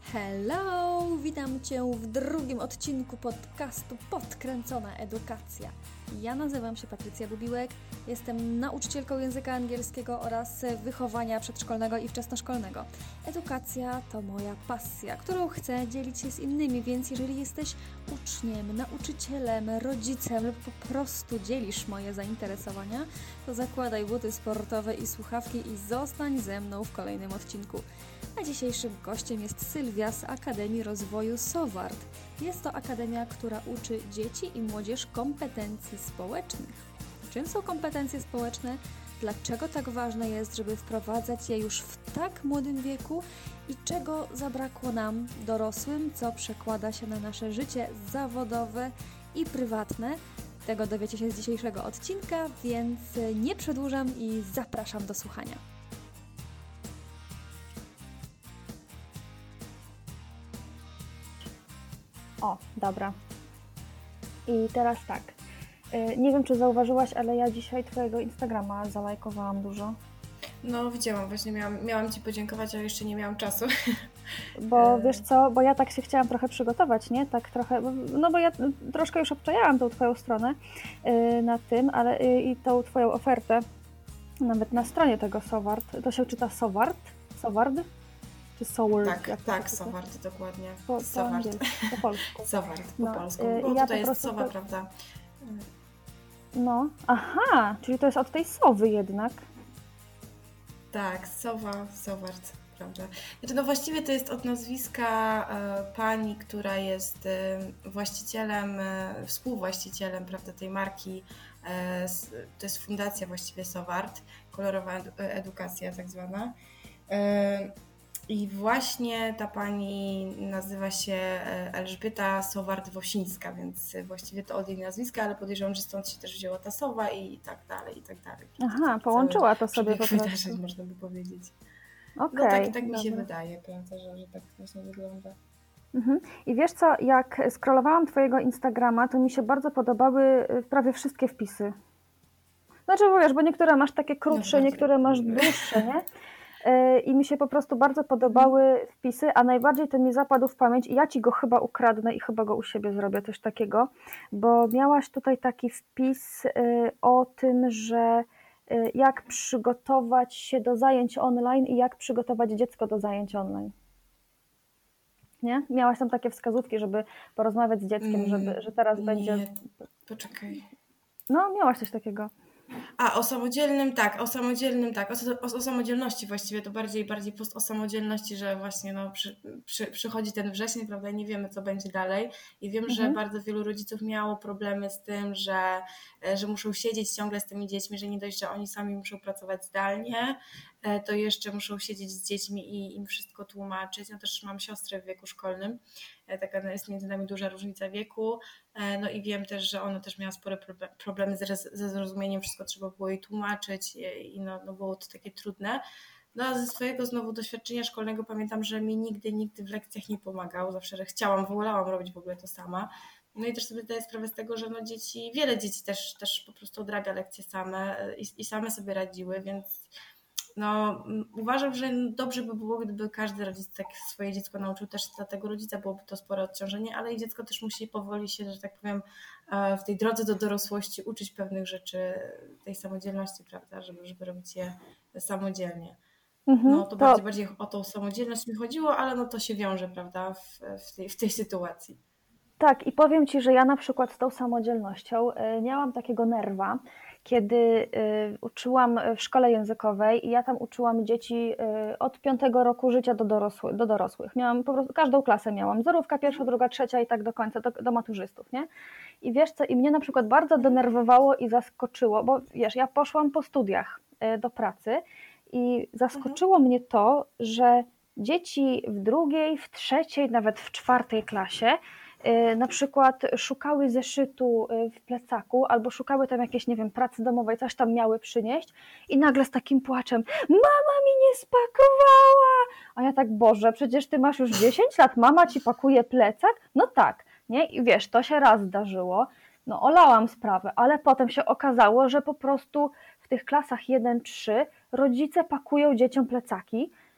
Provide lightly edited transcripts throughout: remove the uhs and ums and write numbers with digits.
Hello! Witam Cię w drugim odcinku podcastu Podkręcona Edukacja. Ja nazywam się Patrycja Bubiłek, jestem nauczycielką języka angielskiego oraz wychowania przedszkolnego i wczesnoszkolnego. Edukacja to moja pasja, którą chcę dzielić się z innymi, więc jeżeli jesteś uczniem, nauczycielem, rodzicem lub po prostu dzielisz moje zainteresowania, to zakładaj buty sportowe i słuchawki i zostań ze mną w kolejnym odcinku. A dzisiejszym gościem jest Sylwia z Akademii Rozwoju SOWARD. Jest to akademia, która uczy dzieci i młodzież kompetencji społecznych. Czym są kompetencje społeczne? Dlaczego tak ważne jest, żeby wprowadzać je już w tak młodym wieku? I czego zabrakło nam, dorosłym, co przekłada się na nasze życie zawodowe i prywatne? Tego dowiecie się z dzisiejszego odcinka, więc nie przedłużam i zapraszam do słuchania. O, dobra. I teraz tak. Nie wiem, czy zauważyłaś, ale ja dzisiaj Twojego Instagrama zalajkowałam dużo. No widziałam, właśnie miałam Ci podziękować, ale jeszcze nie miałam czasu. Bo wiesz co, bo ja tak się chciałam trochę przygotować, nie? Tak trochę, no bo ja troszkę już obczajałam tą Twoją stronę na tym, ale i tą Twoją ofertę nawet na stronie tego SOWARD. To się czyta SOWARD? SOWARD? Czy SOWARD? Tak, SOWARD, dokładnie. Po polsku. SOWARD po polsku, bo ja tutaj jest sowa, prawda? No, aha, czyli to jest od tej sowy jednak. Tak, SOWARD, prawda? Znaczy, no właściwie to jest od nazwiska pani, która jest właścicielem, współwłaścicielem, prawda, tej marki. To jest fundacja właściwie SOWARD, kolorowa edukacja tak zwana. I właśnie ta pani nazywa się Elżbieta Soward-Wosińska, więc właściwie to od jej nazwiska, ale podejrzewam, że stąd się też wzięła ta sowa i tak dalej, i tak dalej. Aha, połączyła to sobie po prostu. Wydarzeń, można by powiedzieć. Okay, no tak mi się wydaje, prawda, że tak właśnie wygląda. I wiesz co, jak scrollowałam Twojego Instagrama, to mi się bardzo podobały prawie wszystkie wpisy. Znaczy, wiesz, bo niektóre masz takie krótsze, niektóre masz dłuższe, nie? I mi się po prostu bardzo podobały wpisy, a najbardziej to mi zapadł w pamięć i ja Ci go chyba ukradnę i chyba go u siebie zrobię, coś takiego, bo miałaś tutaj taki wpis o tym, że jak przygotować się do zajęć online i jak przygotować dziecko do zajęć online. Nie? Miałaś tam takie wskazówki, żeby porozmawiać z dzieckiem, że teraz będzie... Poczekaj. No, miałaś coś takiego. A, o samodzielności właściwie, to bardziej post o samodzielności, że właśnie no, przychodzi ten wrzesień, prawda, nie wiemy, co będzie dalej i wiem, że bardzo wielu rodziców miało problemy z tym, że muszą siedzieć ciągle z tymi dziećmi, że nie dość, że oni sami muszą pracować zdalnie, to jeszcze muszą siedzieć z dziećmi i im wszystko tłumaczyć. Ja też mam siostrę w wieku szkolnym, taka jest między nami duża różnica wieku, no i wiem też, że ona też miała spore problemy ze zrozumieniem, wszystko trzeba było jej tłumaczyć i no było to takie trudne. No a ze swojego znowu doświadczenia szkolnego pamiętam, że mi nigdy w lekcjach nie pomagał, zawsze wolałam robić w ogóle to sama. No i też sobie zdaję sprawę z tego, że no wiele dzieci też po prostu odrabia lekcje same i same sobie radziły, więc no, uważam, że dobrze by było, gdyby każdy rodzic tak swoje dziecko nauczył, też dla tego rodzica byłoby to spore odciążenie, ale i dziecko też musi powoli się, że tak powiem, w tej drodze do dorosłości uczyć pewnych rzeczy, tej samodzielności, prawda, żeby robić je samodzielnie. No to bardziej o tą samodzielność mi chodziło, ale no to się wiąże, prawda, w tej sytuacji. Tak, i powiem Ci, że ja na przykład z tą samodzielnością miałam takiego nerwa, kiedy uczyłam w szkole językowej i ja tam uczyłam dzieci od 5 roku życia do dorosłych. Miałam po prostu, każdą klasę miałam, zerówka, pierwsza, druga, trzecia i tak do końca, do maturzystów, nie? I wiesz co, i mnie na przykład bardzo denerwowało i zaskoczyło, bo wiesz, ja poszłam po studiach do pracy i zaskoczyło mnie to, że dzieci w drugiej, w trzeciej, nawet w 4 klasie na przykład szukały zeszytu w plecaku albo szukały tam jakieś, nie wiem, pracy domowej, coś tam miały przynieść i nagle z takim płaczem: mama mi nie spakowała! A ja tak: Boże, przecież ty masz już 10 lat, mama ci pakuje plecak? No tak, nie? I wiesz, to się raz zdarzyło, no olałam sprawę, ale potem się okazało, że po prostu w tych klasach 1-3 rodzice pakują dzieciom plecaki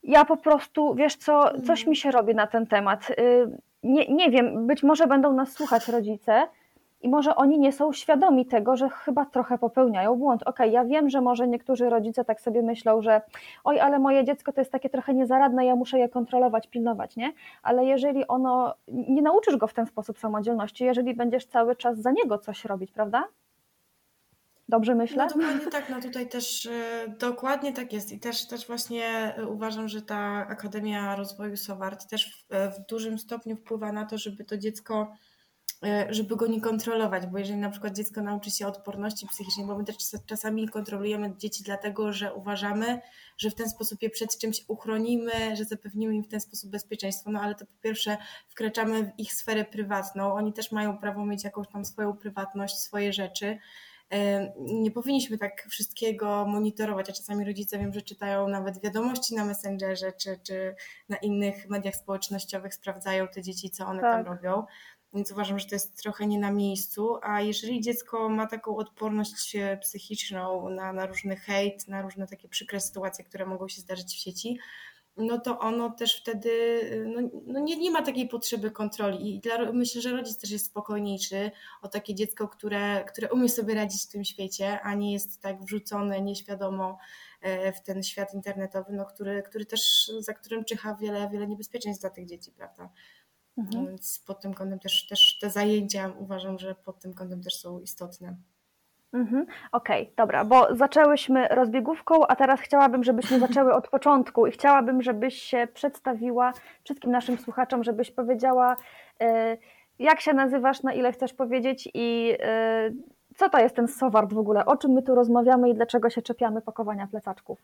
Ja po prostu, wiesz co, coś mi się robi na ten temat. Nie wiem, być może będą nas słuchać rodzice i może oni nie są świadomi tego, że chyba trochę popełniają błąd. Okej, ja wiem, że może niektórzy rodzice tak sobie myślą, że oj, ale moje dziecko to jest takie trochę niezaradne, ja muszę je kontrolować, pilnować, nie? Ale jeżeli nie nauczysz go w ten sposób samodzielności, jeżeli będziesz cały czas za niego coś robić, prawda? Dobrze myślę? No dokładnie tak, no tutaj też dokładnie tak jest i też właśnie uważam, że ta Akademia Rozwoju Sowart też w dużym stopniu wpływa na to, żeby to dziecko, żeby go nie kontrolować, bo jeżeli na przykład dziecko nauczy się odporności psychicznej, bo my też czasami kontrolujemy dzieci dlatego, że uważamy, że w ten sposób je przed czymś uchronimy, że zapewnimy im w ten sposób bezpieczeństwo, no ale to po pierwsze wkraczamy w ich sferę prywatną, oni też mają prawo mieć jakąś tam swoją prywatność, swoje rzeczy. Nie powinniśmy tak wszystkiego monitorować, a czasami rodzice wiem, że czytają nawet wiadomości na Messengerze czy na innych mediach społecznościowych, sprawdzają te dzieci, co one tam robią. Więc uważam, że to jest trochę nie na miejscu, a jeżeli dziecko ma taką odporność psychiczną na różny hejt, na różne takie przykre sytuacje, które mogą się zdarzyć w sieci, no to ono też wtedy nie ma takiej potrzeby kontroli i myślę, że rodzic też jest spokojniejszy o takie dziecko, które umie sobie radzić w tym świecie, a nie jest tak wrzucone nieświadomo w ten świat internetowy, no, który też, za którym czyha wiele niebezpieczeństw dla tych dzieci, prawda? Więc pod tym kątem też te zajęcia uważam, że pod tym kątem też są istotne. Okej, dobra, bo zaczęłyśmy rozbiegówką, a teraz chciałabym, żebyśmy zaczęły od początku i chciałabym, żebyś się przedstawiła wszystkim naszym słuchaczom, żebyś powiedziała, jak się nazywasz, na ile chcesz powiedzieć i co to jest ten Sowart w ogóle, o czym my tu rozmawiamy i dlaczego się czepiamy pakowania plecaczków.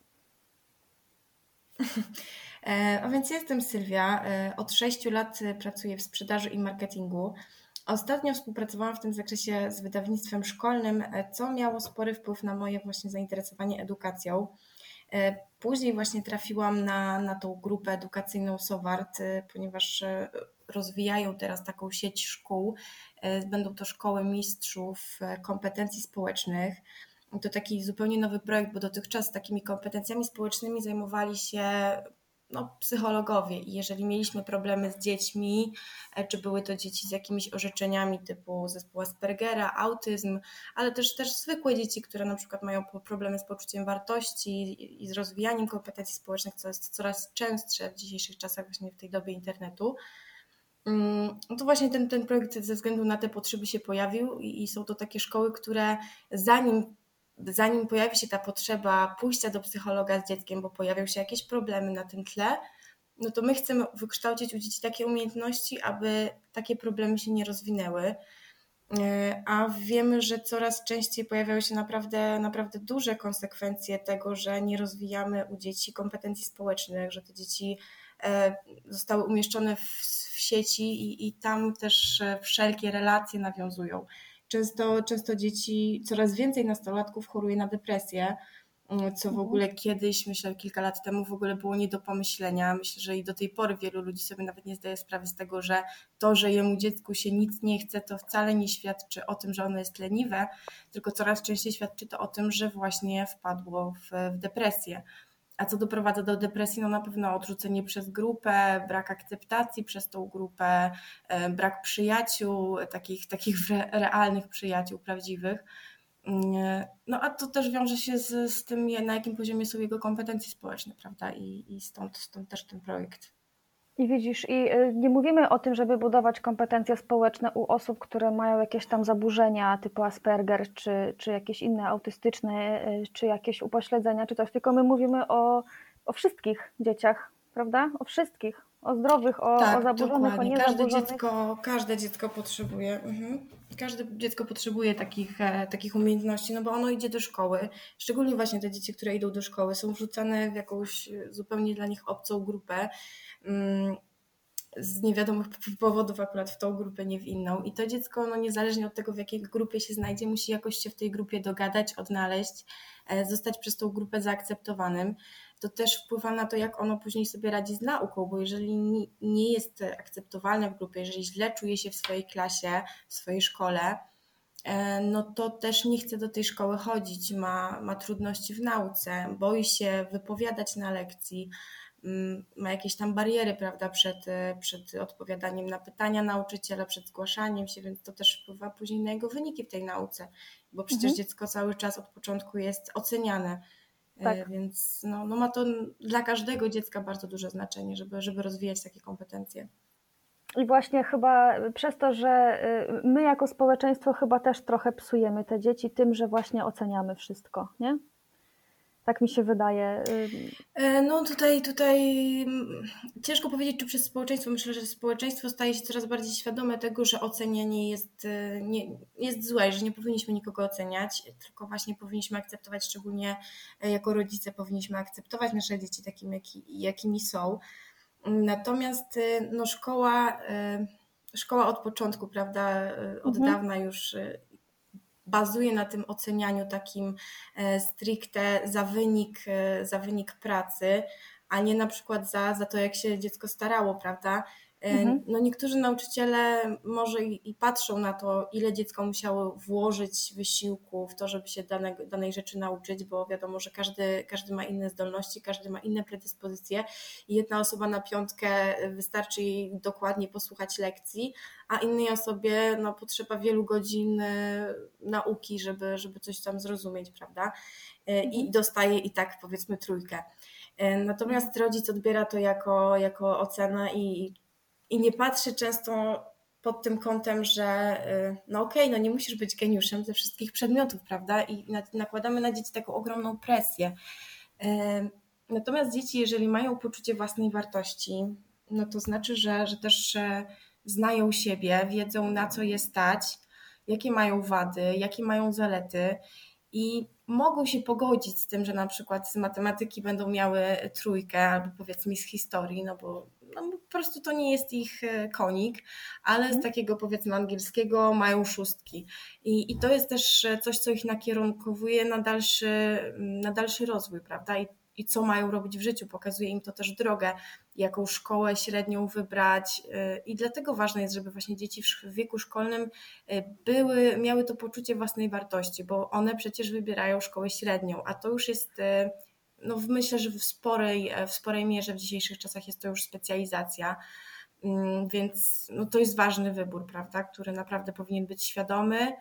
A więc ja jestem Sylwia, od 6 lat pracuję w sprzedaży i marketingu. Ostatnio współpracowałam w tym zakresie z wydawnictwem szkolnym, co miało spory wpływ na moje właśnie zainteresowanie edukacją. Później właśnie trafiłam na tą grupę edukacyjną Sowart, ponieważ rozwijają teraz taką sieć szkół. Będą to szkoły mistrzów kompetencji społecznych. To taki zupełnie nowy projekt, bo dotychczas takimi kompetencjami społecznymi zajmowali się psychologowie i jeżeli mieliśmy problemy z dziećmi, czy były to dzieci z jakimiś orzeczeniami typu zespół Aspergera, autyzm, ale też zwykłe dzieci, które na przykład mają problemy z poczuciem wartości i z rozwijaniem kompetencji społecznych, co jest coraz częstsze w dzisiejszych czasach właśnie w tej dobie internetu, to właśnie ten projekt ze względu na te potrzeby się pojawił i są to takie szkoły, które zanim pojawi się ta potrzeba pójścia do psychologa z dzieckiem, bo pojawią się jakieś problemy na tym tle, no to my chcemy wykształcić u dzieci takie umiejętności, aby takie problemy się nie rozwinęły. A wiemy, że coraz częściej pojawiają się naprawdę duże konsekwencje tego, że nie rozwijamy u dzieci kompetencji społecznych, że te dzieci zostały umieszczone w sieci i tam też wszelkie relacje nawiązują. Często dzieci, coraz więcej nastolatków choruje na depresję, co w ogóle kiedyś, myślę, kilka lat temu w ogóle było nie do pomyślenia. Myślę, że i do tej pory wielu ludzi sobie nawet nie zdaje sprawy z tego, że to, że jemu dziecku się nic nie chce, to wcale nie świadczy o tym, że ono jest leniwe, tylko coraz częściej świadczy to o tym, że właśnie wpadło w depresję. A co doprowadza do depresji? No na pewno odrzucenie przez grupę, brak akceptacji przez tą grupę, brak przyjaciół, takich realnych przyjaciół, prawdziwych. No a to też wiąże się z tym, na jakim poziomie są jego kompetencje społeczne, prawda? I stąd też ten projekt. I widzisz, nie mówimy o tym, żeby budować kompetencje społeczne u osób, które mają jakieś tam zaburzenia typu Asperger, czy jakieś inne autystyczne, czy jakieś upośledzenia, czy coś, tylko my mówimy o wszystkich dzieciach, prawda? O wszystkich, o zdrowych, o zaburzonych, dokładnie. o niezaburzonych. Każde dziecko potrzebuje, każde dziecko potrzebuje takich umiejętności, no bo ono idzie do szkoły, szczególnie właśnie te dzieci, które idą do szkoły, są wrzucane w jakąś zupełnie dla nich obcą grupę, z niewiadomych powodów akurat w tą grupę, nie w inną. I to dziecko, niezależnie od tego, w jakiej grupie się znajdzie, musi jakoś się w tej grupie dogadać, odnaleźć, zostać przez tą grupę zaakceptowanym. To też wpływa na to, jak ono później sobie radzi z nauką, bo jeżeli nie jest akceptowalne w grupie, jeżeli źle czuje się w swojej klasie, w swojej szkole, no to też nie chce do tej szkoły chodzić, ma trudności w nauce, boi się wypowiadać na lekcji, ma jakieś tam bariery, prawda, przed odpowiadaniem na pytania nauczyciela, przed zgłaszaniem się, więc to też wpływa później na jego wyniki w tej nauce, bo przecież dziecko cały czas od początku jest oceniane, Tak. więc no ma to dla każdego dziecka bardzo duże znaczenie, żeby rozwijać takie kompetencje. I właśnie chyba przez to, że my jako społeczeństwo chyba też trochę psujemy te dzieci tym, że właśnie oceniamy wszystko, nie? Tak mi się wydaje. No tutaj ciężko powiedzieć, czy przez społeczeństwo. Myślę, że społeczeństwo staje się coraz bardziej świadome tego, że ocenianie jest złe, że nie powinniśmy nikogo oceniać, tylko właśnie powinniśmy akceptować, szczególnie jako rodzice powinniśmy akceptować nasze dzieci takimi, jakimi są. Natomiast no szkoła od początku, prawda, od dawna już bazuje na tym ocenianiu takim stricte za wynik pracy, a nie na przykład za to, jak się dziecko starało, prawda? No niektórzy nauczyciele może i patrzą na to, ile dziecko musiało włożyć wysiłku w to, żeby się danej rzeczy nauczyć, bo wiadomo, że każdy ma inne zdolności, każdy ma inne predyspozycje i jedna osoba na 5 wystarczy jej dokładnie posłuchać lekcji, a innej osobie no, potrzeba wielu godzin nauki, żeby coś tam zrozumieć, prawda? I dostaje i tak powiedzmy 3. Natomiast rodzic odbiera to jako ocenę i nie patrzy często pod tym kątem, że no okej, no nie musisz być geniuszem ze wszystkich przedmiotów, prawda? I nakładamy na dzieci taką ogromną presję. Natomiast dzieci, jeżeli mają poczucie własnej wartości, no to znaczy, że też znają siebie, wiedzą na co je stać, jakie mają wady, jakie mają zalety i mogą się pogodzić z tym, że na przykład z matematyki będą miały 3 albo powiedzmy z historii, no bo po prostu to nie jest ich konik, ale z takiego powiedzmy angielskiego mają 6. I to jest też coś, co ich nakierunkowuje na dalszy rozwój, prawda? I co mają robić w życiu. Pokazuje im to też drogę, jaką szkołę średnią wybrać i dlatego ważne jest, żeby właśnie dzieci w wieku szkolnym miały to poczucie własnej wartości, bo one przecież wybierają szkołę średnią, a to już jest, no myślę, że w sporej mierze w dzisiejszych czasach jest to już specjalizacja, więc no to jest ważny wybór, prawda, który naprawdę powinien być świadomy,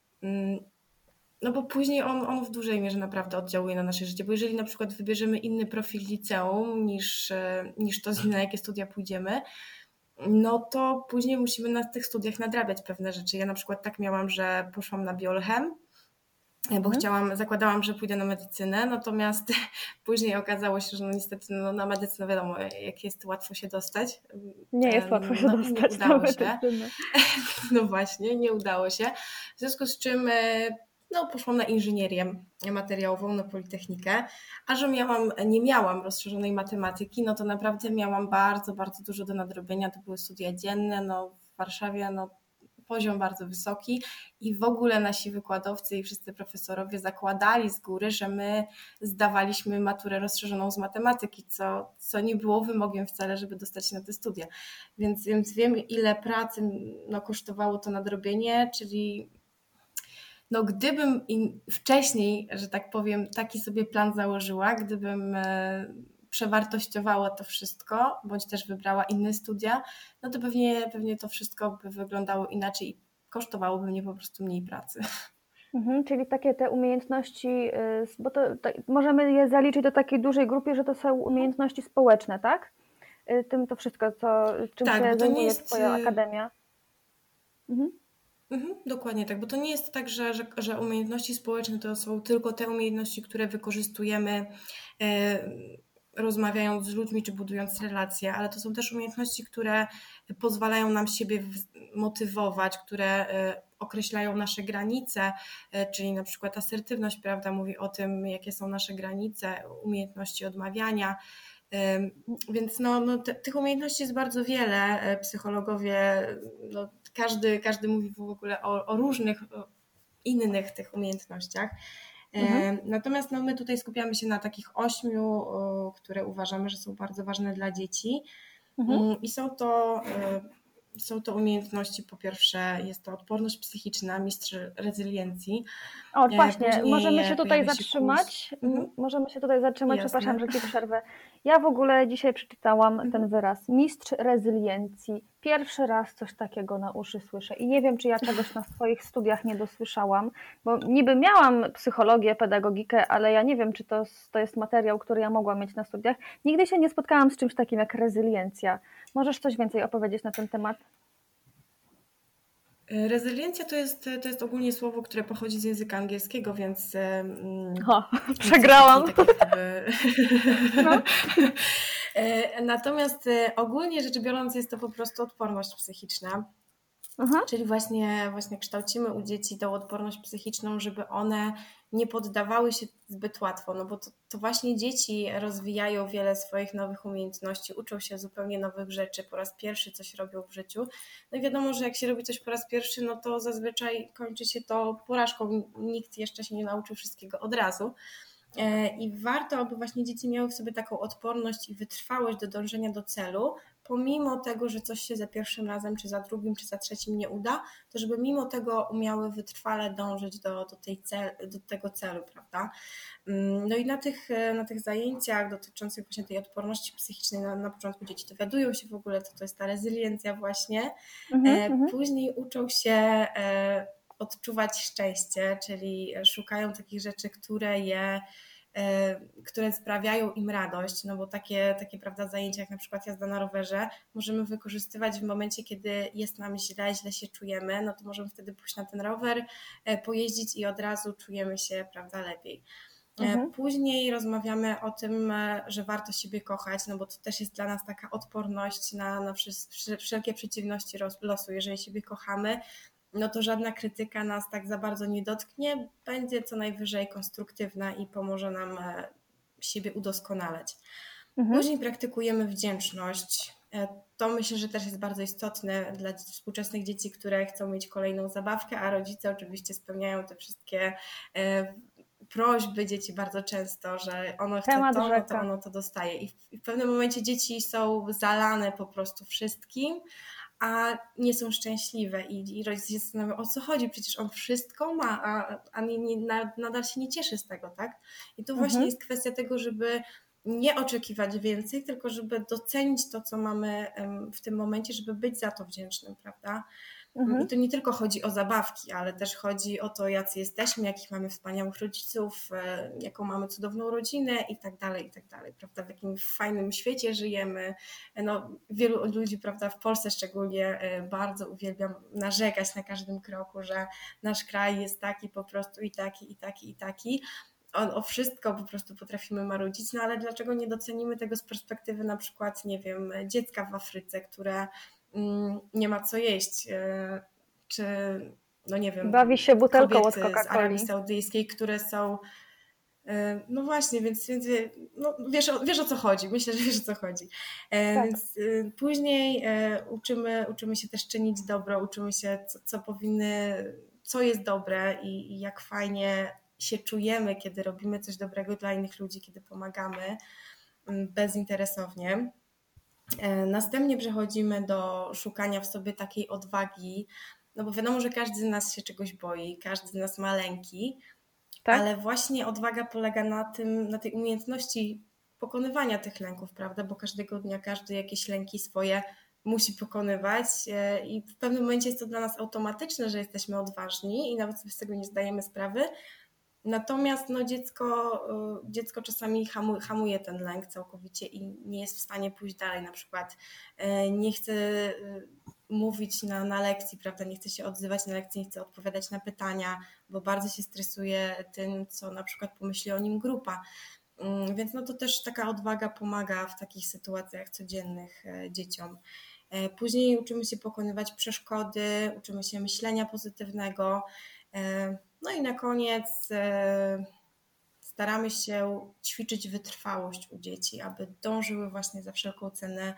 no bo później on w dużej mierze naprawdę oddziałuje na nasze życie, bo jeżeli na przykład wybierzemy inny profil liceum niż to, na jakie studia pójdziemy, no to później musimy na tych studiach nadrabiać pewne rzeczy. Ja na przykład tak miałam, że poszłam na biolchem, bo zakładałam, że pójdę na medycynę, natomiast później okazało się, że no niestety no na medycynę wiadomo, jak jest łatwo się dostać. Nie jest łatwo się dostać na medycynę. No właśnie, nie udało się. W związku z czym no, poszłam na inżynierię materiałową, na Politechnikę, a że nie miałam rozszerzonej matematyki, no to naprawdę miałam bardzo, bardzo dużo do nadrobienia. To były studia dzienne, no w Warszawie no poziom bardzo wysoki i w ogóle nasi wykładowcy i wszyscy profesorowie zakładali z góry, że my zdawaliśmy maturę rozszerzoną z matematyki, co nie było wymogiem wcale, żeby dostać się na te studia. Więc wiem, ile pracy no, kosztowało to nadrobienie, czyli no gdybym wcześniej, że tak powiem, taki sobie plan założyła, gdybym przewartościowała to wszystko, bądź też wybrała inne studia, no to pewnie to wszystko by wyglądało inaczej i kosztowałoby mnie po prostu mniej pracy. Czyli takie te umiejętności, bo możemy je zaliczyć do takiej dużej grupy, że to są umiejętności społeczne, tak? To wszystko, czym tak, się zajmuje Twoja akademia. Dokładnie tak, bo to nie jest tak, że umiejętności społeczne to są tylko te umiejętności, które wykorzystujemy rozmawiając z ludźmi czy budując relacje, ale to są też umiejętności, które pozwalają nam siebie motywować, które określają nasze granice, czyli na przykład asertywność, prawda, mówi o tym, jakie są nasze granice, umiejętności odmawiania. Więc tych umiejętności jest bardzo wiele. Psychologowie, no, każdy mówi w ogóle o różnych innych tych umiejętnościach. Natomiast no, my tutaj skupiamy się na takich 8, które uważamy, że są bardzo ważne dla dzieci. I są to są to umiejętności, po pierwsze jest to odporność psychiczna, mistrz rezyliencji. O, właśnie, Później możemy się tutaj pojawia się zatrzymać. kurs. Możemy się tutaj zatrzymać, Jasne. przepraszam, że Ci przerwę. Ja w ogóle dzisiaj przeczytałam ten wyraz, mistrz rezyliencji. Pierwszy raz coś takiego na uszy słyszę i nie wiem, czy ja czegoś na swoich studiach nie dosłyszałam, bo niby miałam psychologię, pedagogikę, ale ja nie wiem, czy to jest materiał, który ja mogłam mieć na studiach. Nigdy się nie spotkałam z czymś takim jak rezyliencja. Możesz coś więcej opowiedzieć na ten temat? Rezyliencja to jest ogólnie słowo, które pochodzi z języka angielskiego, więc przegrałam. Tak jakby... No. Natomiast ogólnie rzecz biorąc jest to po prostu odporność psychiczna. Czyli właśnie kształcimy u dzieci tą odporność psychiczną, żeby one nie poddawały się zbyt łatwo, no bo to właśnie dzieci rozwijają wiele swoich nowych umiejętności, uczą się zupełnie nowych rzeczy, po raz pierwszy coś robią w życiu. No i wiadomo, że jak się robi coś po raz pierwszy, no to zazwyczaj kończy się to porażką, nikt jeszcze się nie nauczył wszystkiego od razu. I warto, aby właśnie dzieci miały w sobie taką odporność i wytrwałość do dążenia do celu, pomimo tego, że coś się za pierwszym razem, czy za drugim, czy za trzecim nie uda, to żeby mimo tego umiały wytrwale dążyć do tego celu, prawda? No i na tych zajęciach dotyczących właśnie tej odporności psychicznej na początku dzieci dowiadują się w ogóle, co to jest ta rezyliencja właśnie. Później uczą się odczuwać szczęście, czyli szukają takich rzeczy, które sprawiają im radość, no bo takie prawda, zajęcia jak na przykład jazda na rowerze możemy wykorzystywać w momencie, kiedy jest nam źle się czujemy, no to możemy wtedy pójść na ten rower, pojeździć i od razu czujemy się, prawda, lepiej. Później rozmawiamy o tym, że warto siebie kochać, no bo to też jest dla nas taka odporność na wszelkie przeciwności losu. Jeżeli siebie kochamy, no to żadna krytyka nas tak za bardzo nie dotknie, będzie co najwyżej konstruktywna i pomoże nam siebie udoskonalać. Później praktykujemy wdzięczność. To myślę, że też jest bardzo istotne dla współczesnych dzieci, które chcą mieć kolejną zabawkę, a rodzice oczywiście spełniają te wszystkie prośby dzieci bardzo często, że ono chce to, no to ono to dostaje. I w pewnym momencie dzieci są zalane po prostu wszystkim, a nie są szczęśliwe i rodzice się zastanawiają, o co chodzi, przecież on wszystko ma, a nadal się nie cieszy z tego, tak? I tu właśnie jest kwestia tego, żeby nie oczekiwać więcej, tylko żeby docenić to, co mamy w tym momencie, żeby być za to wdzięcznym, prawda? I to nie tylko chodzi o zabawki, ale też chodzi o to, jacy jesteśmy, jakich mamy wspaniałych rodziców, jaką mamy cudowną rodzinę i tak dalej, prawda? W jakim fajnym świecie żyjemy. No, wielu ludzi, prawda, w Polsce szczególnie bardzo uwielbiam narzekać na każdym kroku, że nasz kraj jest taki po prostu i taki. O wszystko po prostu potrafimy marudzić, no ale dlaczego nie docenimy tego z perspektywy na przykład, nie wiem, dziecka w Afryce, które nie ma co jeść, czy no nie wiem, bawi się butelką od kobiety z Arabii Coca-Coli. Saudyjskiej, które są no właśnie, więc no wiesz o co chodzi, myślę, że wiesz o co chodzi. Tak. Więc później uczymy się też czynić dobro, uczymy się co jest dobre i jak fajnie się czujemy, kiedy robimy coś dobrego dla innych ludzi, kiedy pomagamy bezinteresownie. Następnie przechodzimy do szukania w sobie takiej odwagi, no bo wiadomo, że każdy z nas się czegoś boi, każdy z nas ma lęki, tak? Ale właśnie odwaga polega na tej umiejętności pokonywania tych lęków, prawda? Bo każdego dnia każdy jakieś lęki swoje musi pokonywać i w pewnym momencie jest to dla nas automatyczne, że jesteśmy odważni i nawet sobie z tego nie zdajemy sprawy. Natomiast no, dziecko czasami hamuje ten lęk całkowicie i nie jest w stanie pójść dalej. Na przykład nie chce mówić na lekcji, prawda? Nie chce się odzywać na lekcji, nie chce odpowiadać na pytania, bo bardzo się stresuje tym, co na przykład pomyśli o nim grupa. Więc no to też taka odwaga pomaga w takich sytuacjach codziennych dzieciom. Później uczymy się pokonywać przeszkody, uczymy się myślenia pozytywnego. No i na koniec staramy się ćwiczyć wytrwałość u dzieci, aby dążyły właśnie za wszelką cenę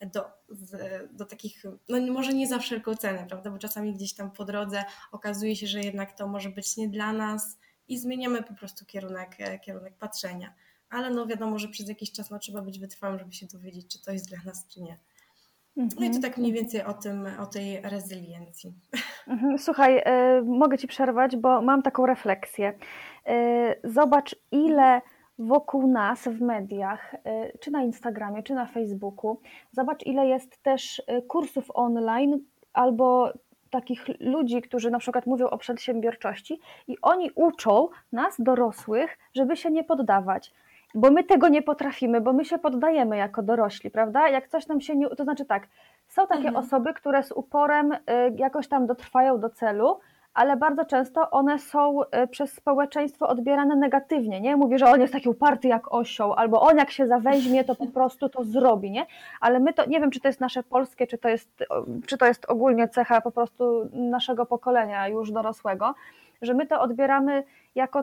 do takich, no może nie za wszelką cenę, prawda, bo czasami gdzieś tam po drodze okazuje się, że jednak to może być nie dla nas i zmieniamy po prostu kierunek patrzenia. Ale no wiadomo, że przez jakiś czas trzeba być wytrwałym, żeby się dowiedzieć, czy to jest dla nas, czy nie. No i to tak mniej więcej o tej rezyliencji. Słuchaj, mogę Ci przerwać, bo mam taką refleksję. Zobacz, ile wokół nas w mediach, czy na Instagramie, czy na Facebooku, zobacz, ile jest też kursów online albo takich ludzi, którzy na przykład mówią o przedsiębiorczości i oni uczą nas, dorosłych, żeby się nie poddawać. Bo my tego nie potrafimy, bo my się poddajemy jako dorośli, prawda? Jak coś nam się nie... To znaczy tak, są takie osoby, które z uporem jakoś tam dotrwają do celu, ale bardzo często one są przez społeczeństwo odbierane negatywnie, nie? Mówi, że on jest taki uparty jak osioł, albo on jak się zaweźmie, to po prostu to zrobi, nie? Ale my to, nie wiem, czy to jest nasze polskie, czy to jest ogólnie cecha po prostu naszego pokolenia już dorosłego, że my to odbieramy jako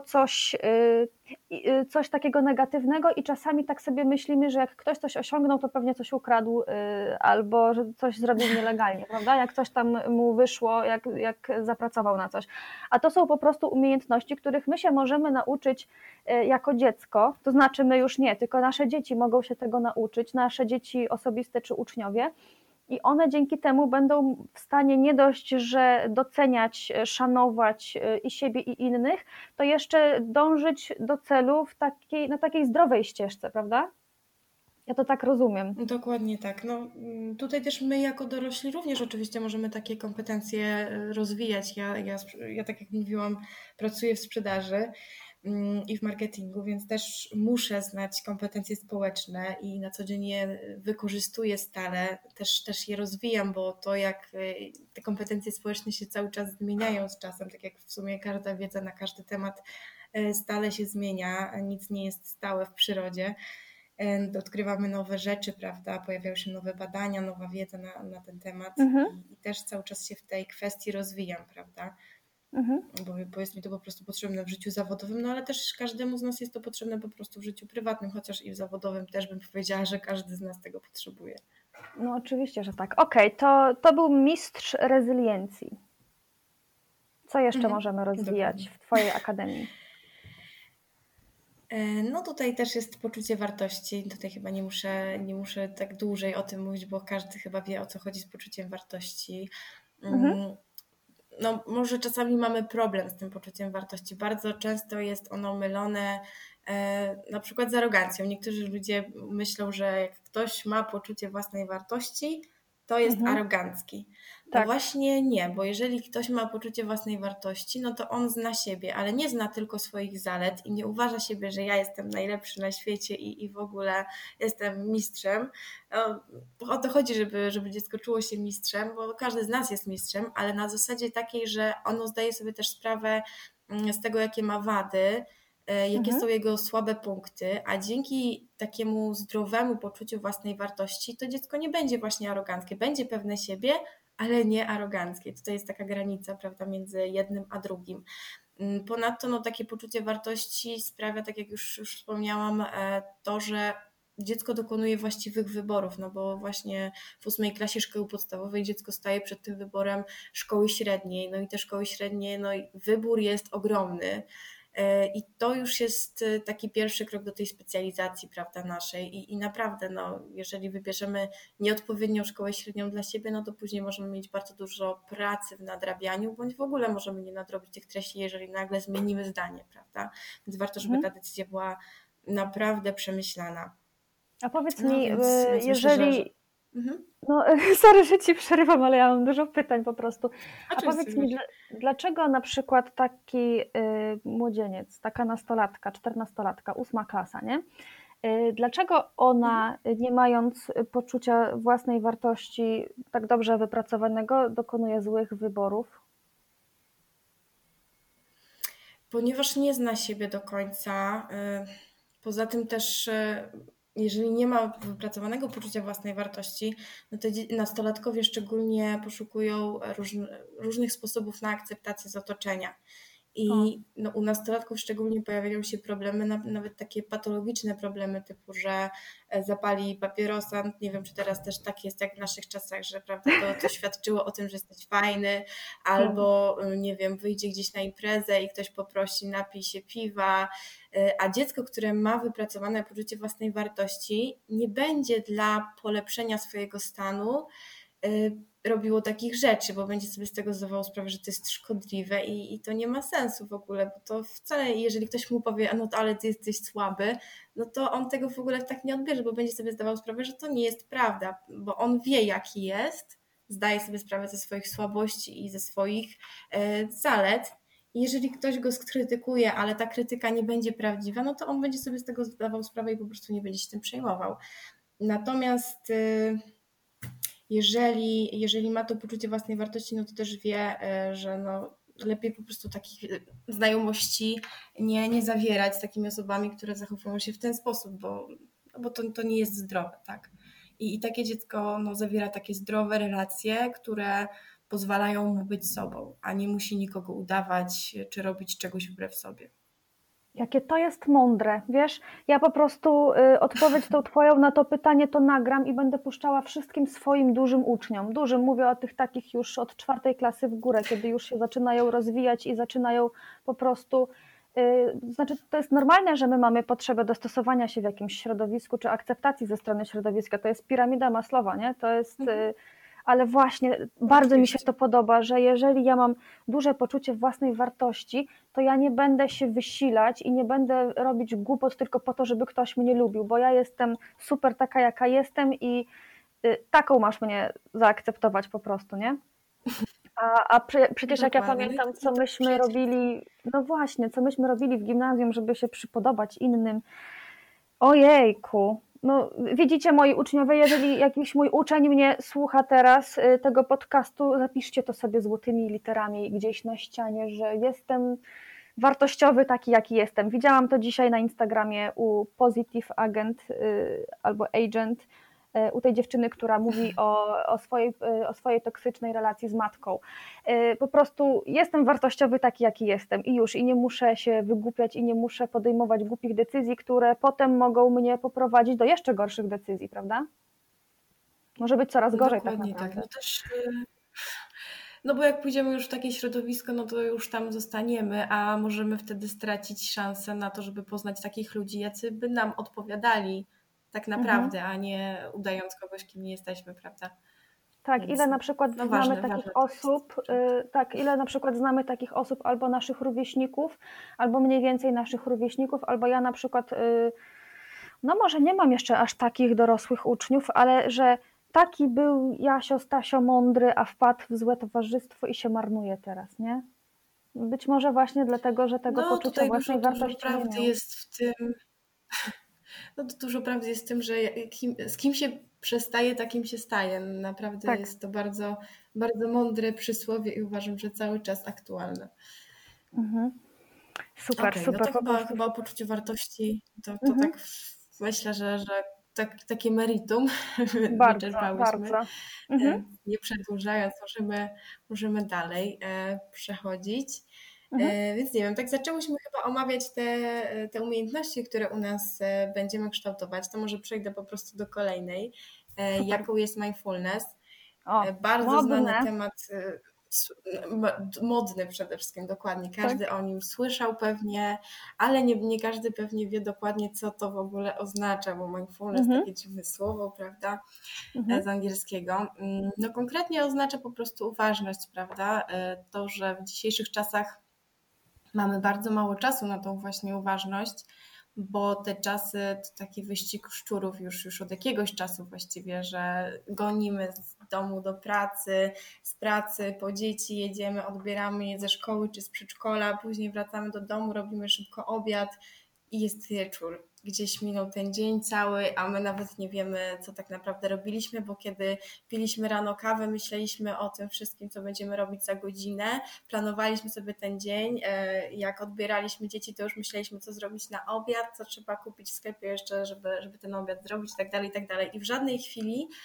coś takiego negatywnego i czasami tak sobie myślimy, że jak ktoś coś osiągnął, to pewnie coś ukradł albo że coś zrobił nielegalnie, prawda? Jak coś tam mu wyszło, jak zapracował na coś. A to są po prostu umiejętności, których my się możemy nauczyć jako dziecko, to znaczy my już nie, tylko nasze dzieci mogą się tego nauczyć, nasze dzieci osobiste czy uczniowie. I one dzięki temu będą w stanie nie dość, że doceniać, szanować i siebie i innych, to jeszcze dążyć do celu na takiej zdrowej ścieżce, prawda? Ja to tak rozumiem. Dokładnie tak. No, tutaj też my jako dorośli również oczywiście możemy takie kompetencje rozwijać. Ja tak jak mówiłam, pracuję w sprzedaży i w marketingu, więc też muszę znać kompetencje społeczne i na co dzień je wykorzystuję stale, też je rozwijam, bo to jak te kompetencje społeczne się cały czas zmieniają z czasem, tak jak w sumie każda wiedza na każdy temat stale się zmienia, nic nie jest stałe w przyrodzie. Odkrywamy nowe rzeczy, prawda? Pojawiają się nowe badania, nowa wiedza na ten temat i też cały czas się w tej kwestii rozwijam, prawda? Bo jest mi to po prostu potrzebne w życiu zawodowym, no ale też każdemu z nas jest to potrzebne po prostu w życiu prywatnym, chociaż i w zawodowym też bym powiedziała, że każdy z nas tego potrzebuje. No oczywiście, że tak. Okej, to był mistrz rezyliencji. Co jeszcze możemy rozwijać Dokładnie. w Twojej akademii? No tutaj też jest poczucie wartości. Tutaj chyba nie muszę tak dłużej o tym mówić, bo każdy chyba wie, o co chodzi z poczuciem wartości. No może czasami mamy problem z tym poczuciem wartości. Bardzo często jest ono mylone na przykład z arogancją. Niektórzy ludzie myślą, że jak ktoś ma poczucie własnej wartości, to jest arogancki. No Tak. właśnie nie, bo jeżeli ktoś ma poczucie własnej wartości, no to on zna siebie, ale nie zna tylko swoich zalet i nie uważa siebie, że ja jestem najlepszy na świecie i w ogóle jestem mistrzem. O to chodzi, żeby dziecko czuło się mistrzem, bo każdy z nas jest mistrzem, ale na zasadzie takiej, że ono zdaje sobie też sprawę z tego, jakie ma wady, jakie są jego słabe punkty, a dzięki takiemu zdrowemu poczuciu własnej wartości to dziecko nie będzie właśnie aroganckie, będzie pewne siebie, ale nie aroganckie. Tutaj jest taka granica, prawda, między jednym a drugim. Ponadto no, takie poczucie wartości sprawia, tak jak już wspomniałam, to, że dziecko dokonuje właściwych wyborów, no bo właśnie w 8 klasie szkoły podstawowej dziecko staje przed tym wyborem szkoły średniej, no i te szkoły średnie, no i wybór jest ogromny. I to już jest taki pierwszy krok do tej specjalizacji, prawda, naszej. I naprawdę, no, jeżeli wybierzemy nieodpowiednią szkołę średnią dla siebie, no to później możemy mieć bardzo dużo pracy w nadrabianiu, bądź w ogóle możemy nie nadrobić tych treści, jeżeli nagle zmienimy zdanie, prawda? Więc warto, żeby ta decyzja była naprawdę przemyślana. A powiedz No, mi, więc jeżeli... myślę, że... No, sorry, że Ci przerywam, ale ja mam dużo pytań po prostu. A Oczywiście, powiedz mi, dlaczego na przykład taki młodzieniec, taka nastolatka, 14-latka, 8 klasa, nie? Dlaczego ona, nie mając poczucia własnej wartości tak dobrze wypracowanego, dokonuje złych wyborów? Ponieważ nie zna siebie do końca. Poza tym też, jeżeli nie ma wypracowanego poczucia własnej wartości, no to nastolatkowie szczególnie poszukują różnych sposobów na akceptację z otoczenia. I no, u nastolatków szczególnie pojawiają się problemy, nawet takie patologiczne problemy typu, że zapali papierosa. Nie wiem, czy teraz też tak jest jak w naszych czasach, że prawda, to świadczyło o tym, że jesteś fajny, albo nie wiem, wyjdzie gdzieś na imprezę i ktoś poprosi, napij się piwa, a dziecko, które ma wypracowane poczucie własnej wartości, nie będzie dla polepszenia swojego stanu robiło takich rzeczy, bo będzie sobie z tego zdawało sprawę, że to jest szkodliwe i to nie ma sensu w ogóle, bo to wcale, jeżeli ktoś mu powie, no to ale ty jesteś słaby, no to on tego w ogóle tak nie odbierze, bo będzie sobie zdawał sprawę, że to nie jest prawda, bo on wie, jaki jest, zdaje sobie sprawę ze swoich słabości i ze swoich zalet. I jeżeli ktoś go skrytykuje, ale ta krytyka nie będzie prawdziwa, no to on będzie sobie z tego zdawał sprawę i po prostu nie będzie się tym przejmował. Natomiast jeżeli ma to poczucie własnej wartości, no to też wie, że no lepiej po prostu takich znajomości nie zawierać z takimi osobami, które zachowują się w ten sposób, bo to nie jest zdrowe, tak? I takie dziecko no, zawiera takie zdrowe relacje, które pozwalają mu być sobą, a nie musi nikogo udawać czy robić czegoś wbrew sobie. Jakie to jest mądre, wiesz, ja po prostu odpowiedź tą twoją na to pytanie to nagram i będę puszczała wszystkim swoim dużym uczniom. Dużym mówię o tych takich już od 4. klasy w górę, kiedy już się zaczynają rozwijać i zaczynają po prostu, znaczy to jest normalne, że my mamy potrzebę dostosowania się w jakimś środowisku, czy akceptacji ze strony środowiska, to jest piramida Maslowa, nie? To jest... Ale właśnie bardzo mi się to podoba, że jeżeli ja mam duże poczucie własnej wartości, to ja nie będę się wysilać i nie będę robić głupot tylko po to, żeby ktoś mnie lubił, bo ja jestem super taka, jaka jestem i taką masz mnie zaakceptować po prostu, nie? Przecież jak ja pamiętam, co myśmy robili, no właśnie, co myśmy robili w gimnazjum, żeby się przypodobać innym, ojejku, no widzicie moi uczniowie, jeżeli jakiś mój uczeń mnie słucha teraz tego podcastu, zapiszcie to sobie złotymi literami gdzieś na ścianie, że jestem wartościowy taki, jaki jestem. Widziałam to dzisiaj na Instagramie u Positive Agent albo Agent, u tej dziewczyny, która mówi o swojej toksycznej relacji z matką. Po prostu jestem wartościowy taki, jaki jestem i już, i nie muszę się wygłupiać i nie muszę podejmować głupich decyzji, które potem mogą mnie poprowadzić do jeszcze gorszych decyzji, prawda? Może być coraz gorzej. Dokładnie tak. No też... No bo jak pójdziemy już w takie środowisko, no to już tam zostaniemy, a możemy wtedy stracić szansę na to, żeby poznać takich ludzi, jacy by nam odpowiadali tak naprawdę, a nie udając kogoś, kim nie jesteśmy, prawda? Tak, więc ile na przykład znamy takich osób, tak, ile na przykład znamy takich osób albo naszych rówieśników, albo mniej więcej naszych rówieśników, albo ja na przykład, no może nie mam jeszcze aż takich dorosłych uczniów, ale że taki był Jasio, Stasio mądry, a wpadł w złe towarzystwo i się marnuje teraz, nie? Być może właśnie dlatego, że tego poczucia własnej wartości nie miał. Prawdy jest w tym, no to dużo prawdy jest w tym, że z kim się przestaje, takim się staje. Naprawdę tak. Jest to bardzo, bardzo mądre przysłowie i uważam, że cały czas aktualne. Super, super. No to chyba o poczuciu wartości, to tak myślę, że takie meritum wyczerpałyśmy. Bardzo. Nie przedłużając, możemy dalej przechodzić. Więc nie wiem, tak zaczęłyśmy chyba omawiać te umiejętności, które u nas będziemy kształtować, to może przejdę po prostu do kolejnej. Jaką jest mindfulness? Bardzo znany temat, modny przede wszystkim, dokładnie. Każdy o nim słyszał pewnie, ale nie każdy pewnie wie dokładnie, co to w ogóle oznacza, bo mindfulness takie dziwne słowo, prawda, z angielskiego. No konkretnie oznacza po prostu uważność, prawda, to, że w dzisiejszych czasach mamy bardzo mało czasu na tą właśnie uważność, bo te czasy to taki wyścig szczurów już od jakiegoś czasu właściwie, że gonimy z domu do pracy, z pracy po dzieci jedziemy, odbieramy je ze szkoły czy z przedszkola, później wracamy do domu, robimy szybko obiad i jest wieczór. Gdzieś minął ten dzień cały, a my nawet nie wiemy, co tak naprawdę robiliśmy, bo kiedy piliśmy rano kawę, myśleliśmy o tym wszystkim, co będziemy robić za godzinę, planowaliśmy sobie ten dzień, jak odbieraliśmy dzieci, to już myśleliśmy, co zrobić na obiad, co trzeba kupić w sklepie jeszcze, żeby ten obiad zrobić i tak dalej, i tak dalej. I w żadnej chwili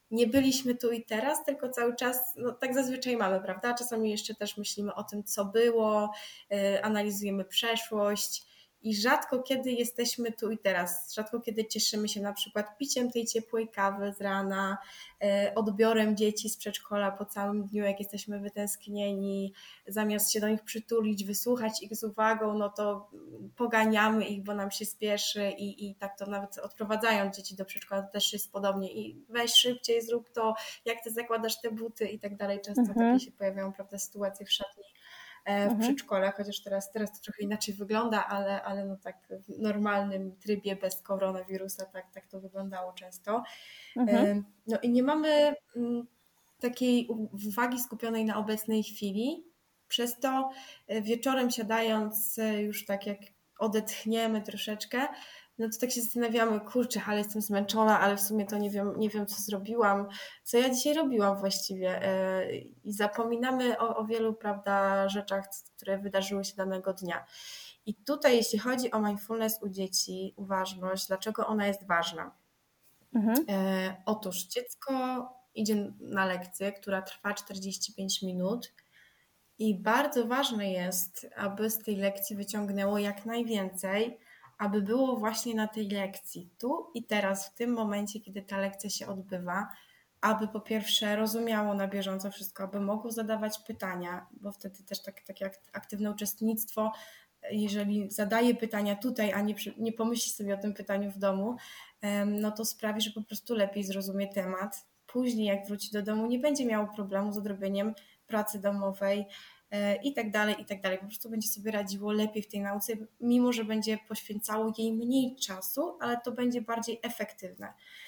nie byliśmy tu i teraz, tylko cały czas, no tak zazwyczaj mamy, prawda? Czasami jeszcze też myślimy o tym, co było, analizujemy przeszłość i rzadko kiedy jesteśmy tu i teraz. Rzadko kiedy cieszymy się na przykład piciem tej ciepłej kawy z rana, odbiorem dzieci z przedszkola po całym dniu, jak jesteśmy wytęsknieni, zamiast się do nich przytulić, wysłuchać ich z uwagą, no to poganiamy ich, bo nam się spieszy i tak to nawet odprowadzając dzieci do przedszkola to też jest podobnie i weź szybciej, zrób to, jak ty zakładasz te buty i tak dalej. Często takie się pojawiają, prawda, sytuacje w szatni, w przedszkolach, chociaż teraz to trochę inaczej wygląda, ale no tak w normalnym trybie bez koronawirusa tak to wyglądało często. No i nie mamy takiej uwagi skupionej na obecnej chwili, przez to wieczorem siadając już tak jak odetchniemy troszeczkę, no to tak się zastanawiamy, kurczę, ale jestem zmęczona, ale w sumie to nie wiem co zrobiłam, co ja dzisiaj robiłam właściwie i zapominamy o wielu, prawda, rzeczach, które wydarzyły się danego dnia. I tutaj jeśli chodzi o mindfulness u dzieci, uważność, dlaczego ona jest ważna? Otóż dziecko idzie na lekcję, która trwa 45 minut i bardzo ważne jest, aby z tej lekcji wyciągnęło jak najwięcej, aby było właśnie na tej lekcji, tu i teraz, w tym momencie, kiedy ta lekcja się odbywa, aby po pierwsze rozumiało na bieżąco wszystko, aby mogło zadawać pytania, bo wtedy też takie aktywne uczestnictwo, jeżeli zadaje pytania tutaj, a nie pomyśli sobie o tym pytaniu w domu, no to sprawi, że po prostu lepiej zrozumie temat. Później jak wróci do domu, nie będzie miało problemu z odrobieniem pracy domowej i tak dalej, i tak dalej. Po prostu będzie sobie radziło lepiej w tej nauce, mimo że będzie poświęcało jej mniej czasu, ale to będzie bardziej efektywne.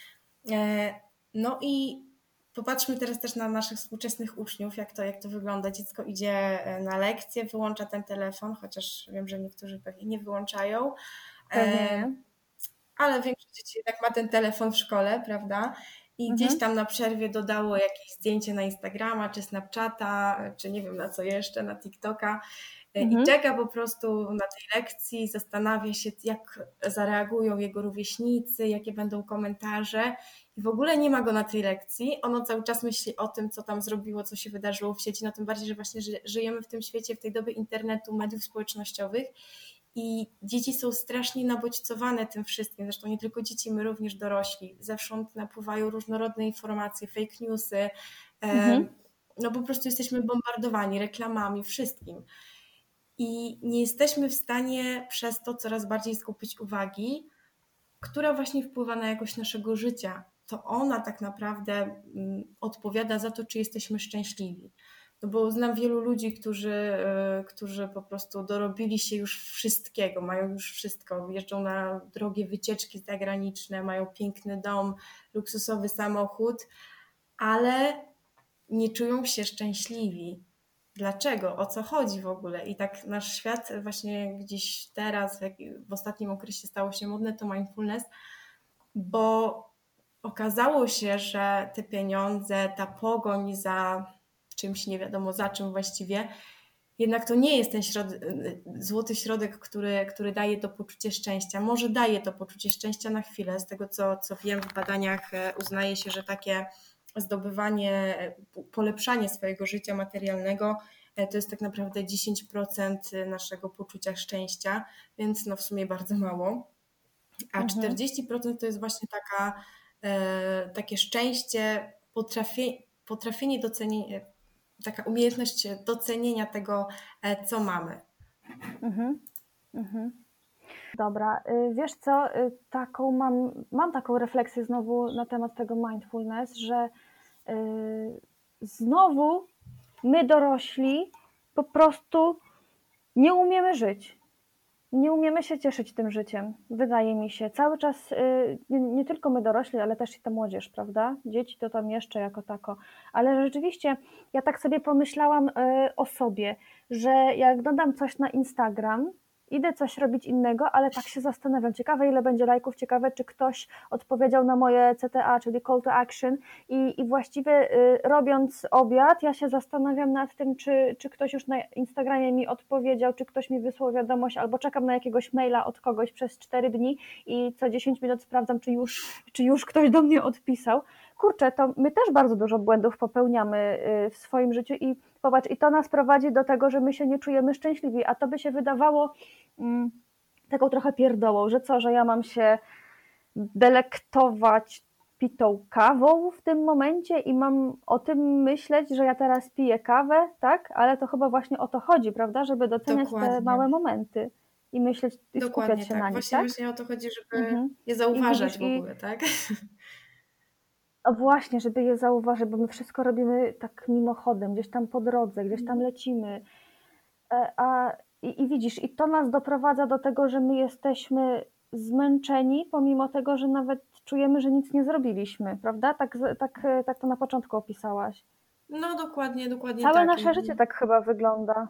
No i popatrzmy teraz też na naszych współczesnych uczniów, jak to wygląda. Dziecko idzie na lekcję, wyłącza ten telefon, chociaż wiem, że niektórzy pewnie nie wyłączają, ale większość dzieci jednak ma ten telefon w szkole, prawda? I gdzieś tam na przerwie dodało jakieś zdjęcie na Instagrama, czy Snapchata, czy nie wiem na co jeszcze, na TikToka i czeka po prostu na tej lekcji, zastanawia się, jak zareagują jego rówieśnicy, jakie będą komentarze i w ogóle nie ma go na tej lekcji. Ono cały czas myśli o tym, co tam zrobiło, co się wydarzyło w sieci, no tym bardziej, że właśnie żyjemy w tym świecie, w tej dobie internetu, mediów społecznościowych i dzieci są strasznie nabodźcowane tym wszystkim, zresztą nie tylko dzieci, my również dorośli. Zewsząd napływają różnorodne informacje, fake newsy, no po prostu jesteśmy bombardowani reklamami, wszystkim. I nie jesteśmy w stanie przez to coraz bardziej skupić uwagi, która właśnie wpływa na jakość naszego życia. To ona tak naprawdę odpowiada za to, czy jesteśmy szczęśliwi. No bo znam wielu ludzi, którzy po prostu dorobili się już wszystkiego, mają już wszystko, jeżdżą na drogie wycieczki zagraniczne, mają piękny dom, luksusowy samochód, ale nie czują się szczęśliwi. Dlaczego? O co chodzi w ogóle? I tak nasz świat właśnie gdzieś teraz, w ostatnim okresie stało się modne to mindfulness, bo okazało się, że te pieniądze, ta pogoń za czymś nie wiadomo za czym właściwie, jednak to nie jest ten złoty środek, który daje to poczucie szczęścia. Może daje to poczucie szczęścia na chwilę. Z tego, co wiem w badaniach, uznaje się, że takie zdobywanie, polepszanie swojego życia materialnego to jest tak naprawdę 10% naszego poczucia szczęścia, więc no w sumie bardzo mało. A 40% to jest właśnie takie szczęście, potrafienie docenienia, taka umiejętność docenienia tego, co mamy. Dobra, wiesz co, mam taką refleksję znowu na temat tego mindfulness, że znowu my dorośli po prostu nie umiemy żyć. Nie umiemy się cieszyć tym życiem, wydaje mi się. Cały czas, nie tylko my dorośli, ale też i ta młodzież, prawda? Dzieci to tam jeszcze jako tako. Ale rzeczywiście ja tak sobie pomyślałam o sobie, że jak dodam coś na Instagram, idę coś robić innego, ale tak się zastanawiam. Ciekawe, ile będzie lajków, ciekawe, czy ktoś odpowiedział na moje CTA, czyli call to action i właściwie robiąc obiad, ja się zastanawiam nad tym, czy ktoś już na Instagramie mi odpowiedział, czy ktoś mi wysłał wiadomość, albo czekam na jakiegoś maila od kogoś przez 4 dni i co 10 minut sprawdzam, czy już ktoś do mnie odpisał. kurczę, to my też bardzo dużo błędów popełniamy w swoim życiu i popatrz, i to nas prowadzi do tego, że my się nie czujemy szczęśliwi, a to by się wydawało taką trochę pierdołą, że co, że ja mam się delektować pitą kawą w tym momencie i mam o tym myśleć, że ja teraz piję kawę, tak? Ale to chyba właśnie o to chodzi, prawda? Żeby doceniać te Dokładnie. małe momenty i myśleć i skupiać Dokładnie się tak. na nich, Właśnie, tak? właśnie o to chodzi, żeby je I zauważać widzisz, w ogóle, tak? o właśnie, żeby je zauważyć, bo my wszystko robimy tak mimochodem, gdzieś tam po drodze, gdzieś tam lecimy. I widzisz, i to nas doprowadza do tego, że my jesteśmy zmęczeni, pomimo tego, że nawet czujemy, że nic nie zrobiliśmy, prawda? Tak to na początku opisałaś. No dokładnie Całe tak. nasze życie tak chyba wygląda.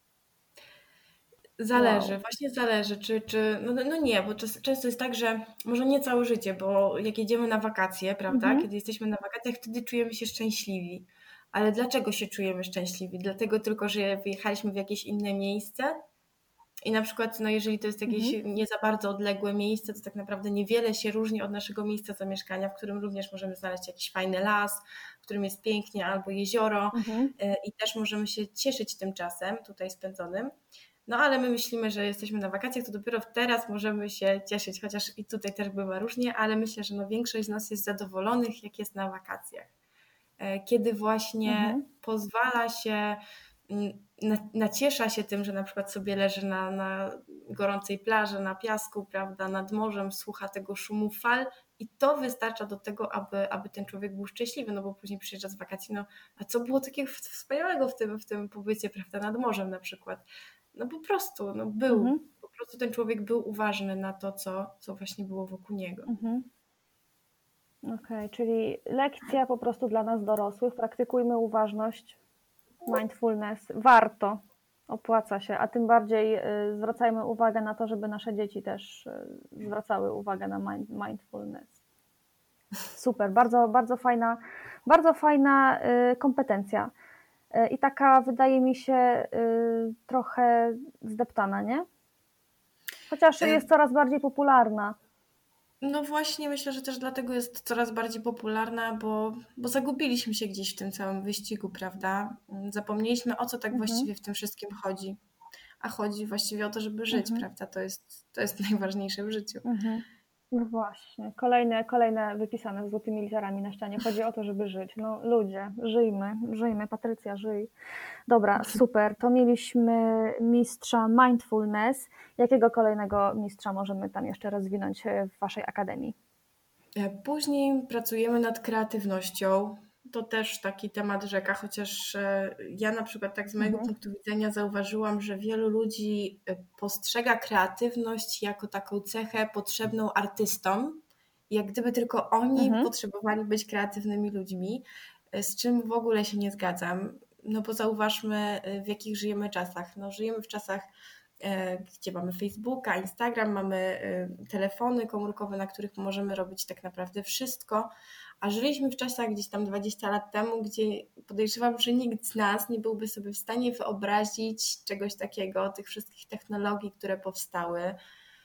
Zależy, Wow. właśnie zależy, no nie, bo często jest tak, że może nie całe życie, bo jak jedziemy na wakacje, prawda, kiedy jesteśmy na wakacjach, wtedy czujemy się szczęśliwi. Ale dlaczego się czujemy szczęśliwi? Dlatego tylko, że wyjechaliśmy w jakieś inne miejsce i na przykład, no jeżeli to jest jakieś nie za bardzo odległe miejsce, to tak naprawdę niewiele się różni od naszego miejsca zamieszkania, w którym również możemy znaleźć jakiś fajny las, w którym jest pięknie, albo jezioro i też możemy się cieszyć tym czasem tutaj spędzonym. No ale my myślimy, że jesteśmy na wakacjach, to dopiero teraz możemy się cieszyć, chociaż i tutaj też bywa różnie, ale myślę, że no większość z nas jest zadowolonych, jak jest na wakacjach. Kiedy właśnie pozwala się, naciesza się tym, że na przykład sobie leży na gorącej plaży, na piasku, prawda, nad morzem, słucha tego szumu fal i to wystarcza do tego, aby ten człowiek był szczęśliwy, no bo później przyjeżdża z wakacji, no a co było takiego wspaniałego w tym pobycie, prawda, nad morzem na przykład. No po prostu, no był. Po prostu ten człowiek był uważny na to, co właśnie było wokół niego. Okej, czyli lekcja po prostu dla nas dorosłych. Praktykujmy uważność, mindfulness. Warto, opłaca się, a tym bardziej zwracajmy uwagę na to, żeby nasze dzieci też zwracały uwagę na mindfulness. Super, bardzo fajna kompetencja. I taka, wydaje mi się, trochę zdeptana, nie? Chociaż jest coraz bardziej popularna. No właśnie, myślę, że też dlatego jest coraz bardziej popularna, bo zagubiliśmy się gdzieś w tym całym wyścigu, prawda? Zapomnieliśmy, o co tak właściwie w tym wszystkim chodzi. A chodzi właściwie o to, żeby żyć, prawda? To jest najważniejsze w życiu. No właśnie, kolejne wypisane złotymi literami na ścianie. Chodzi o to, żeby żyć. No ludzie, żyjmy, Patrycja, żyj. Dobra, super. To mieliśmy mistrza mindfulness. Jakiego kolejnego mistrza możemy tam jeszcze rozwinąć w waszej akademii? Później pracujemy nad kreatywnością. To też taki temat rzeka, chociaż ja na przykład tak z mojego punktu widzenia zauważyłam, że wielu ludzi postrzega kreatywność jako taką cechę potrzebną artystom, jak gdyby tylko oni potrzebowali być kreatywnymi ludźmi, z czym w ogóle się nie zgadzam. No bo zauważmy, w jakich żyjemy czasach. No, żyjemy w czasach, gdzie mamy Facebooka, Instagram, mamy telefony komórkowe, na których możemy robić tak naprawdę wszystko, a żyliśmy w czasach gdzieś tam 20 lat temu, gdzie podejrzewam, że nikt z nas nie byłby sobie w stanie wyobrazić czegoś takiego, tych wszystkich technologii, które powstały.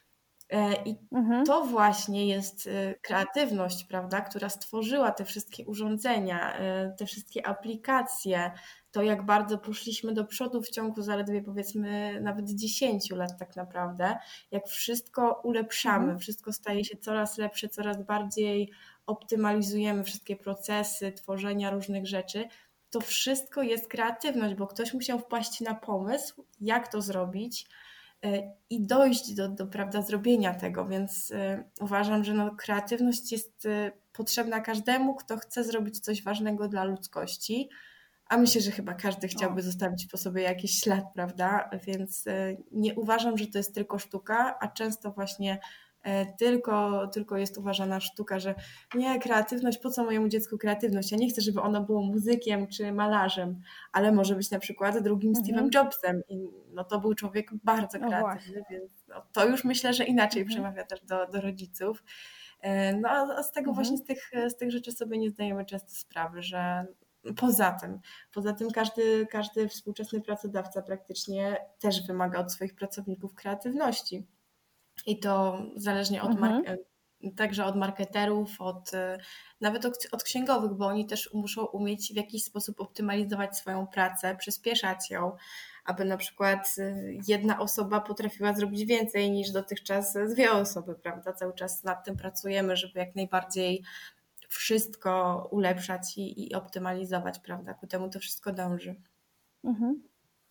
I to właśnie jest kreatywność, prawda, która stworzyła te wszystkie urządzenia, te wszystkie aplikacje, to jak bardzo poszliśmy do przodu w ciągu zaledwie powiedzmy nawet 10 lat tak naprawdę, jak wszystko ulepszamy, wszystko staje się coraz lepsze, coraz bardziej optymalizujemy wszystkie procesy tworzenia różnych rzeczy, to wszystko jest kreatywność, bo ktoś musiał wpaść na pomysł, jak to zrobić, i dojść do prawda, zrobienia tego, więc uważam, że no, kreatywność jest potrzebna każdemu, kto chce zrobić coś ważnego dla ludzkości, a myślę, że chyba każdy chciałby zostawić po sobie jakiś ślad, prawda, więc nie uważam, że to jest tylko sztuka, a często właśnie tylko jest uważana sztuka, że nie, kreatywność, po co mojemu dziecku kreatywność? Ja nie chcę, żeby ono było muzykiem czy malarzem, ale może być na przykład drugim Steve'em Jobsem i no to był człowiek bardzo kreatywny, więc no, to już myślę, że inaczej przemawia też do rodziców. No a z tego właśnie z tych rzeczy sobie nie zdajemy często sprawy, że poza tym każdy współczesny pracodawca praktycznie też wymaga od swoich pracowników kreatywności. I to zależnie od także od marketerów, nawet od księgowych, bo oni też muszą umieć w jakiś sposób optymalizować swoją pracę, przyspieszać ją, aby na przykład jedna osoba potrafiła zrobić więcej niż dotychczas dwie osoby, prawda? Cały czas nad tym pracujemy, żeby jak najbardziej wszystko ulepszać i optymalizować, prawda? Ku temu to wszystko dąży. Mhm.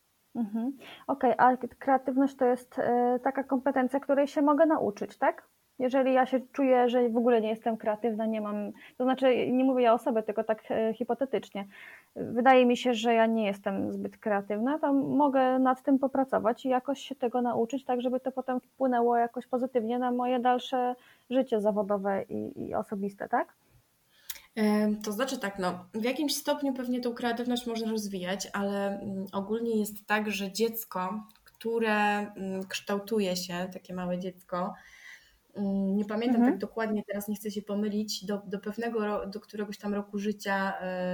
Okej, a kreatywność to jest taka kompetencja, której się mogę nauczyć, tak? Jeżeli ja się czuję, że w ogóle nie jestem kreatywna, nie mam, to znaczy nie mówię ja o sobie, tylko tak hipotetycznie. Wydaje mi się, że ja nie jestem zbyt kreatywna, to mogę nad tym popracować i jakoś się tego nauczyć, tak żeby to potem wpłynęło jakoś pozytywnie na moje dalsze życie zawodowe i osobiste, tak? To znaczy tak, no, w jakimś stopniu pewnie tą kreatywność można rozwijać, ale ogólnie jest tak, że dziecko, które kształtuje się, takie małe dziecko, nie pamiętam tak dokładnie, teraz nie chcę się pomylić, do któregoś tam roku życia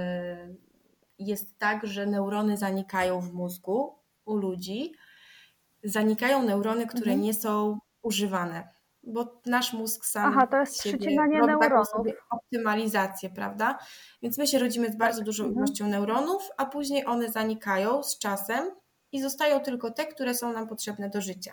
jest tak, że neurony zanikają w mózgu u ludzi. Zanikają neurony, które nie są używane, bo nasz mózg Aha, sam to jest z siebie przycinanie robi taką neuronów. sobie optymalizację, prawda? Więc my się rodzimy z bardzo dużą ilością neuronów, a później one zanikają z czasem i zostają tylko te, które są nam potrzebne do życia.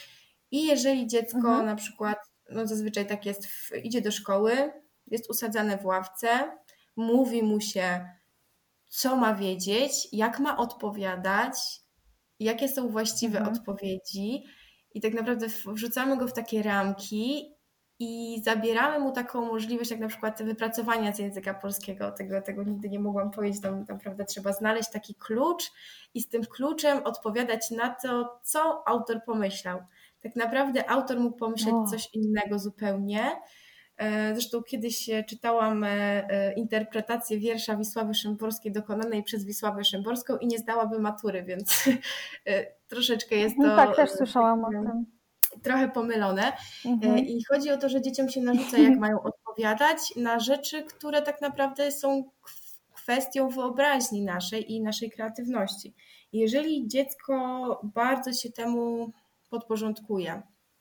I jeżeli dziecko na przykład, no zazwyczaj tak jest, idzie do szkoły, jest usadzane w ławce, mówi mu się, co ma wiedzieć, jak ma odpowiadać, jakie są właściwe odpowiedzi i tak naprawdę wrzucamy go w takie ramki i zabieramy mu taką możliwość, jak na przykład wypracowania z języka polskiego. Tego nigdy nie mogłam powiedzieć, tam prawda, trzeba znaleźć taki klucz i z tym kluczem odpowiadać na to, co autor pomyślał. Tak naprawdę autor mógł pomyśleć coś innego zupełnie. Zresztą kiedyś czytałam interpretację wiersza Wisławy Szymborskiej dokonanej przez Wisławę Szymborską i nie zdałaby matury, więc troszeczkę jest to... Tak, też słyszałam o tym. Trochę pomylone. I chodzi o to, że dzieciom się narzuca, jak mają odpowiadać na rzeczy, które tak naprawdę są kwestią wyobraźni naszej i naszej kreatywności. Jeżeli dziecko bardzo się temu podporządkuje,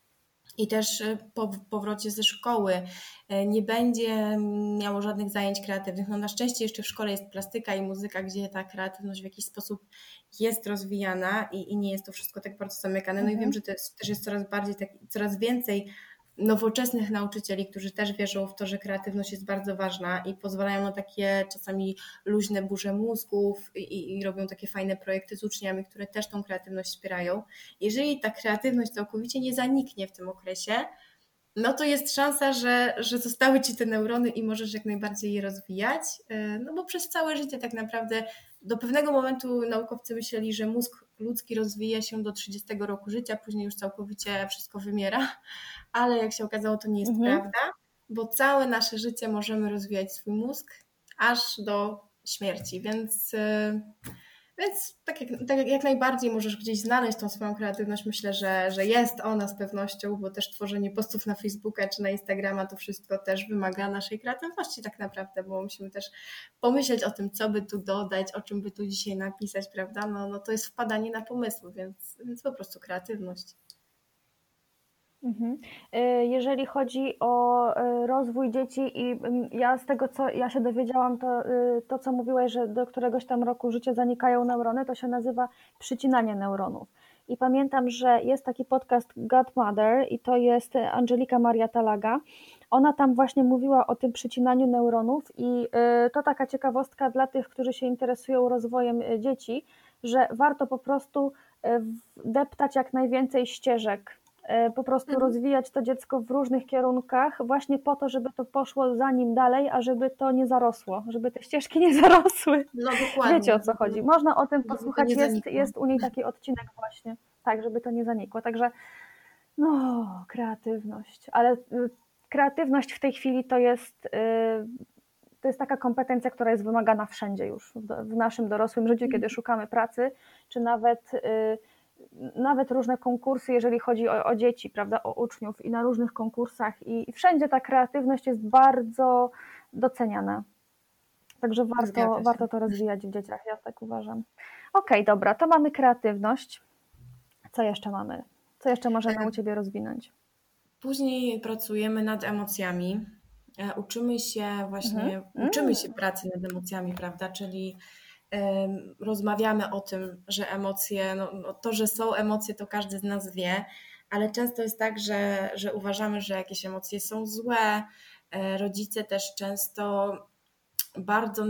i też po powrocie ze szkoły nie będzie miało żadnych zajęć kreatywnych. No na szczęście jeszcze w szkole jest plastyka i muzyka, gdzie ta kreatywność w jakiś sposób jest rozwijana i nie jest to wszystko tak bardzo zamykane. No i wiem, że to też jest coraz więcej nowoczesnych nauczycieli, którzy też wierzą w to, że kreatywność jest bardzo ważna i pozwalają na takie czasami luźne burze mózgów i robią takie fajne projekty z uczniami, które też tą kreatywność wspierają. Jeżeli ta kreatywność całkowicie nie zaniknie w tym okresie, no to jest szansa, że zostały Ci te neurony i możesz jak najbardziej je rozwijać, no bo przez całe życie tak naprawdę do pewnego momentu naukowcy myśleli, że mózg ludzki rozwija się do 30 roku życia, później już całkowicie wszystko wymiera, ale jak się okazało, to nie jest prawda, bo całe nasze życie możemy rozwijać swój mózg aż do śmierci, więc jak najbardziej możesz gdzieś znaleźć tą swoją kreatywność. Myślę, że jest ona z pewnością, bo też tworzenie postów na Facebooka czy na Instagrama to wszystko też wymaga naszej kreatywności tak naprawdę, bo musimy też pomyśleć o tym, co by tu dodać, o czym by tu dzisiaj napisać, prawda? No to jest wpadanie na pomysły, więc po prostu kreatywność. Jeżeli chodzi o rozwój dzieci i ja z tego, co ja się dowiedziałam, to co mówiłeś, że do któregoś tam roku życia zanikają neurony, to się nazywa przycinanie neuronów. I pamiętam, że jest taki podcast Godmother i to jest Angelika Maria Talaga. Ona tam właśnie mówiła o tym przycinaniu neuronów i to taka ciekawostka dla tych, którzy się interesują rozwojem dzieci, że warto po prostu deptać jak najwięcej ścieżek, po prostu rozwijać to dziecko w różnych kierunkach właśnie po to, żeby to poszło za nim dalej, a żeby to nie zarosło, żeby te ścieżki nie zarosły. No dokładnie. Wiecie, o co chodzi. Można o tym Żeby posłuchać, to nie zanikło. jest u niej taki odcinek właśnie, tak, żeby to nie zanikło. Także no, kreatywność, ale kreatywność w tej chwili to jest taka kompetencja, która jest wymagana wszędzie już w naszym dorosłym życiu, kiedy szukamy pracy, czy nawet różne konkursy, jeżeli chodzi o dzieci, prawda, o uczniów i na różnych konkursach i wszędzie ta kreatywność jest bardzo doceniana. Także warto to rozwijać w dzieciach, ja tak uważam. Okej, dobra, to mamy kreatywność. Co jeszcze mamy? Co jeszcze możemy u Ciebie rozwinąć? Później pracujemy nad emocjami. Uczymy się pracy nad emocjami, prawda? Czyli rozmawiamy o tym, że emocje, to, że są emocje, to każdy z nas wie, ale często jest tak, że uważamy, że jakieś emocje są złe. Rodzice też często bardzo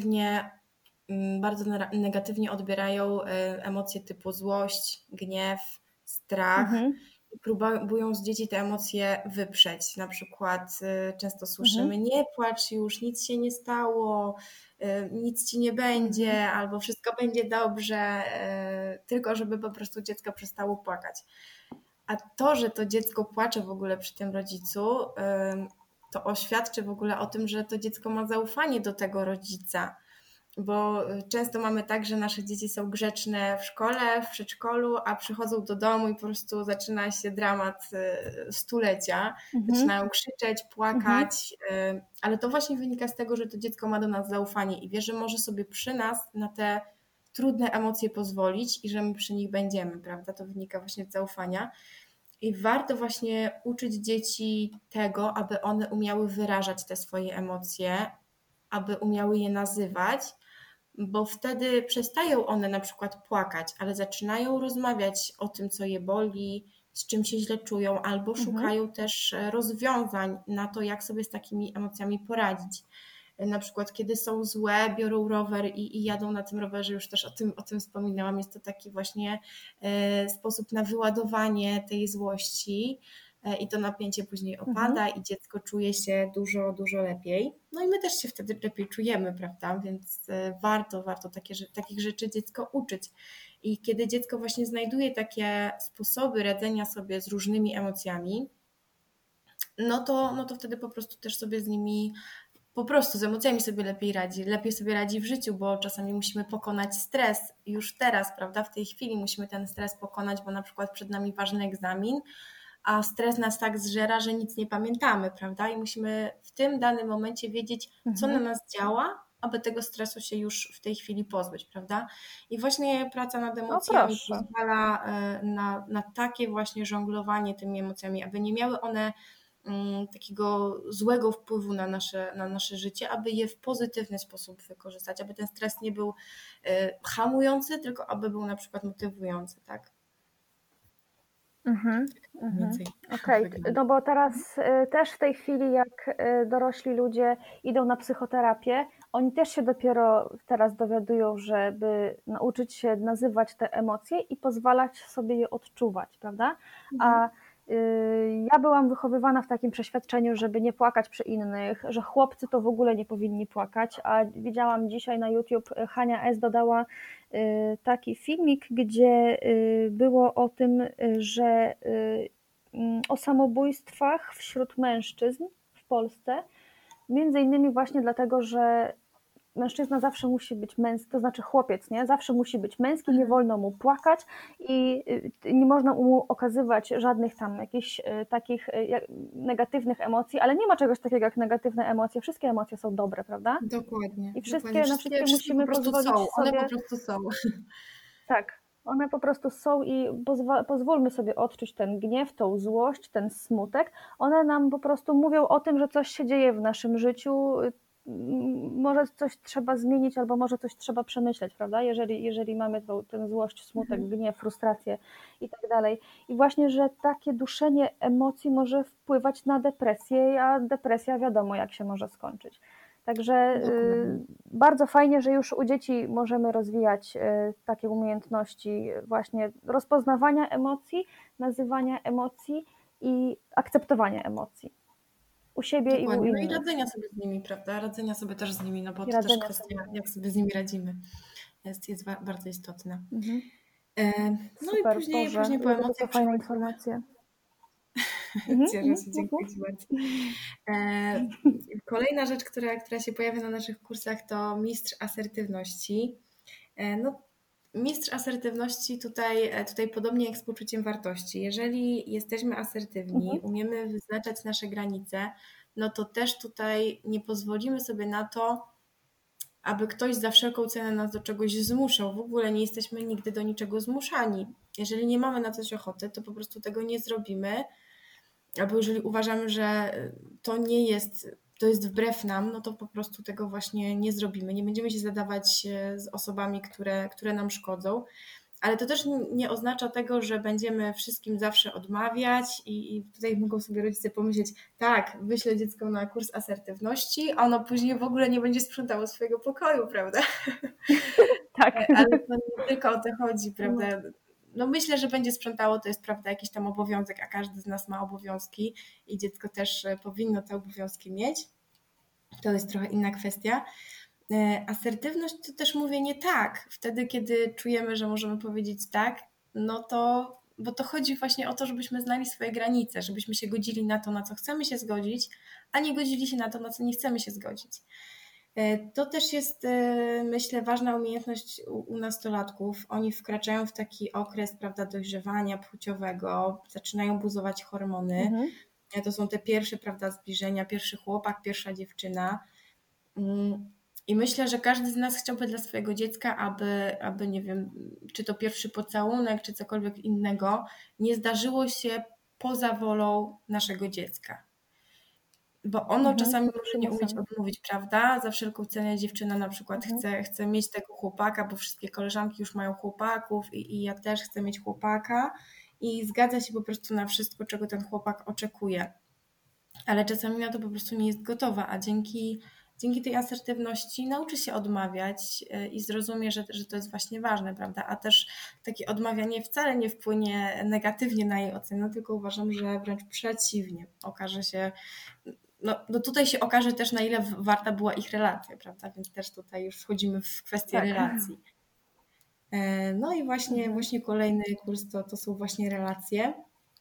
negatywnie odbierają emocje typu złość, gniew, strach i próbują z dzieci te emocje wyprzeć. Na przykład często słyszymy: nie płacz już, nic się nie stało, nic ci nie będzie, albo wszystko będzie dobrze, tylko żeby po prostu dziecko przestało płakać. A to, że to dziecko płacze w ogóle przy tym rodzicu, to oświadczy w ogóle o tym, że to dziecko ma zaufanie do tego rodzica. Bo często mamy tak, że nasze dzieci są grzeczne w szkole, w przedszkolu, a przychodzą do domu i po prostu zaczyna się dramat stulecia. Zaczynają krzyczeć, płakać, ale to właśnie wynika z tego, że to dziecko ma do nas zaufanie i wie, że może sobie przy nas na te trudne emocje pozwolić i że my przy nich będziemy, prawda? To wynika właśnie z zaufania. I warto właśnie uczyć dzieci tego, aby one umiały wyrażać te swoje emocje, aby umiały je nazywać, bo wtedy przestają one na przykład płakać, ale zaczynają rozmawiać o tym, co je boli, z czym się źle czują, albo szukają też rozwiązań na to, jak sobie z takimi emocjami poradzić. Na przykład kiedy są złe, biorą rower i jadą na tym rowerze, już też o tym wspominałam, jest to taki właśnie sposób na wyładowanie tej złości i to napięcie później opada i dziecko czuje się dużo, dużo lepiej. No i my też się wtedy lepiej czujemy, prawda? Więc warto takich rzeczy dziecko uczyć. I kiedy dziecko właśnie znajduje takie sposoby radzenia sobie z różnymi emocjami, no to wtedy po prostu też sobie z nimi z emocjami sobie lepiej sobie radzi w życiu, bo czasami musimy pokonać stres już teraz, prawda? W tej chwili musimy ten stres pokonać, bo na przykład przed nami ważny egzamin, a stres nas tak zżera, że nic nie pamiętamy, prawda? I musimy w tym danym momencie wiedzieć, co na nas działa, aby tego stresu się już w tej chwili pozbyć, prawda? I właśnie praca nad emocjami pozwala na takie właśnie żonglowanie tymi emocjami, aby nie miały one takiego złego wpływu na nasze życie, aby je w pozytywny sposób wykorzystać, aby ten stres nie był hamujący, tylko aby był na przykład motywujący, tak? Okej, no bo teraz też w tej chwili, jak dorośli ludzie idą na psychoterapię, oni też się dopiero teraz dowiadują, żeby nauczyć się nazywać te emocje i pozwalać sobie je odczuwać, prawda? A ja byłam wychowywana w takim przeświadczeniu, żeby nie płakać przy innych, że chłopcy to w ogóle nie powinni płakać, a widziałam dzisiaj na YouTube, Hania S. dodała taki filmik, gdzie było o tym, że o samobójstwach wśród mężczyzn w Polsce, między innymi właśnie dlatego, że mężczyzna zawsze musi być męski, to znaczy chłopiec, nie? Zawsze musi być męski, nie wolno mu płakać i nie można mu okazywać żadnych tam jakichś takich negatywnych emocji, ale nie ma czegoś takiego jak negatywne emocje, wszystkie emocje są dobre, prawda? Dokładnie. I wszystkie musimy pozwolić są. sobie... One po prostu są. Tak, one po prostu są i pozwólmy sobie odczuć ten gniew, tą złość, ten smutek. One nam po prostu mówią o tym, że coś się dzieje w naszym życiu, może coś trzeba zmienić, albo może coś trzeba przemyśleć, prawda? Jeżeli mamy tę złość, smutek, gniew, frustrację i tak dalej. I właśnie, że takie duszenie emocji może wpływać na depresję, a depresja wiadomo, jak się może skończyć. Także bardzo fajnie, że już u dzieci możemy rozwijać takie umiejętności właśnie rozpoznawania emocji, nazywania emocji i akceptowania emocji. U siebie i u innych. No i radzenia sobie z nimi, prawda? Radzenia sobie też z nimi, no bo to też kwestia, jak sobie z nimi radzimy, jest bardzo istotna. No super, i później po emocjach to fajna informacja. Cieszę się, dziękuję Ci bardzo. Kolejna rzecz, która się pojawia na naszych kursach, to mistrz asertywności. No, mistrz asertywności tutaj podobnie jak z poczuciem wartości. Jeżeli jesteśmy asertywni, umiemy wyznaczać nasze granice, no to też tutaj nie pozwolimy sobie na to, aby ktoś za wszelką cenę nas do czegoś zmuszał. W ogóle nie jesteśmy nigdy do niczego zmuszani. Jeżeli nie mamy na coś ochoty, to po prostu tego nie zrobimy. albo jeżeli uważamy, że to nie jest, to jest wbrew nam, no to po prostu tego właśnie nie zrobimy. Nie będziemy się zadawać z osobami, które nam szkodzą. Ale to też nie oznacza tego, że będziemy wszystkim zawsze odmawiać i tutaj mogą sobie rodzice pomyśleć, tak, wyślę dziecko na kurs asertywności, a ono później w ogóle nie będzie sprzątało swojego pokoju, prawda? Tak. Ale to nie tylko o to chodzi, prawda? No myślę, że będzie sprzątało, to jest prawda jakiś tam obowiązek, a każdy z nas ma obowiązki i dziecko też powinno te obowiązki mieć. To jest trochę inna kwestia. Asertywność to też mówienie tak, wtedy kiedy czujemy, że możemy powiedzieć tak, no to, bo to chodzi właśnie o to, żebyśmy znali swoje granice, żebyśmy się godzili na to, na co chcemy się zgodzić, a nie godzili się na to, na co nie chcemy się zgodzić. To też jest, myślę, ważna umiejętność u nastolatków. Oni wkraczają w taki okres, prawda, dojrzewania płciowego, zaczynają buzować hormony. To są te pierwsze, prawda, zbliżenia, pierwszy chłopak, pierwsza dziewczyna. I myślę, że każdy z nas chciałby dla swojego dziecka, aby nie wiem, czy to pierwszy pocałunek, czy cokolwiek innego, nie zdarzyło się poza wolą naszego dziecka. Bo ono czasami może nie umieć odmówić, prawda? Za wszelką cenę dziewczyna na przykład chce mieć tego chłopaka, bo wszystkie koleżanki już mają chłopaków i ja też chcę mieć chłopaka i zgadza się po prostu na wszystko, czego ten chłopak oczekuje. Ale czasami na to po prostu nie jest gotowa, a dzięki tej asertywności nauczy się odmawiać i zrozumie, że to jest właśnie ważne, prawda? A też takie odmawianie wcale nie wpłynie negatywnie na jej ocenę, tylko uważam, że wręcz przeciwnie. Okaże się, no tutaj się okaże też, na ile warta była ich relacja, prawda? Więc też tutaj już wchodzimy w kwestię relacji. No i właśnie kolejny kurs to są właśnie relacje.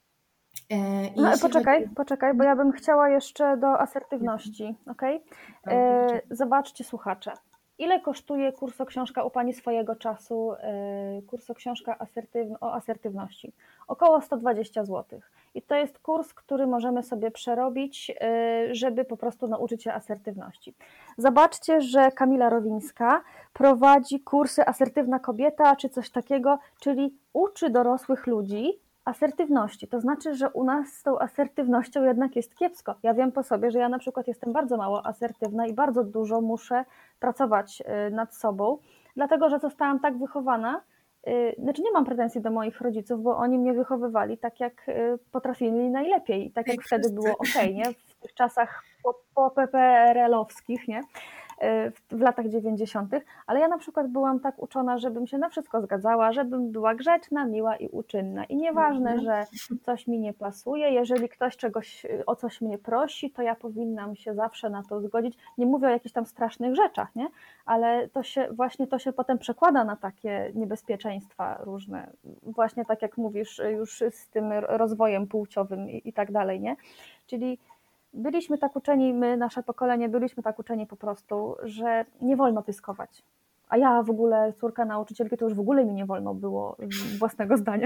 No, poczekaj, bo ja bym chciała jeszcze do asertywności, okej? Zobaczcie, słuchacze. Ile kosztuje kursoksiążka u Pani swojego czasu, kursoksiążka o asertywności? Około 120 zł. I to jest kurs, który możemy sobie przerobić, żeby po prostu nauczyć się asertywności. Zobaczcie, że Kamila Rowińska prowadzi kursy Asertywna kobieta, czy coś takiego, czyli uczy dorosłych ludzi asertywności. To znaczy, że u nas z tą asertywnością jednak jest kiepsko. Ja wiem po sobie, że ja na przykład jestem bardzo mało asertywna i bardzo dużo muszę pracować nad sobą, dlatego że zostałam tak wychowana, znaczy nie mam pretensji do moich rodziców, bo oni mnie wychowywali tak, jak potrafili najlepiej, tak jak wtedy było okej, nie? W tych czasach po PPRL-owskich, nie? W latach 90., ale ja na przykład byłam tak uczona, żebym się na wszystko zgadzała, żebym była grzeczna, miła i uczynna. I nieważne, że coś mi nie pasuje, jeżeli ktoś o coś mnie prosi, to ja powinnam się zawsze na to zgodzić. Nie mówię o jakichś tam strasznych rzeczach, nie? Ale to się potem przekłada na takie niebezpieczeństwa różne. Właśnie tak jak mówisz, już z tym rozwojem płciowym i tak dalej, nie? Czyli byliśmy tak uczeni, nasze pokolenie, byliśmy tak uczeni po prostu, że nie wolno pyskować. A ja w ogóle, córka nauczycielki, to już w ogóle mi nie wolno było własnego zdania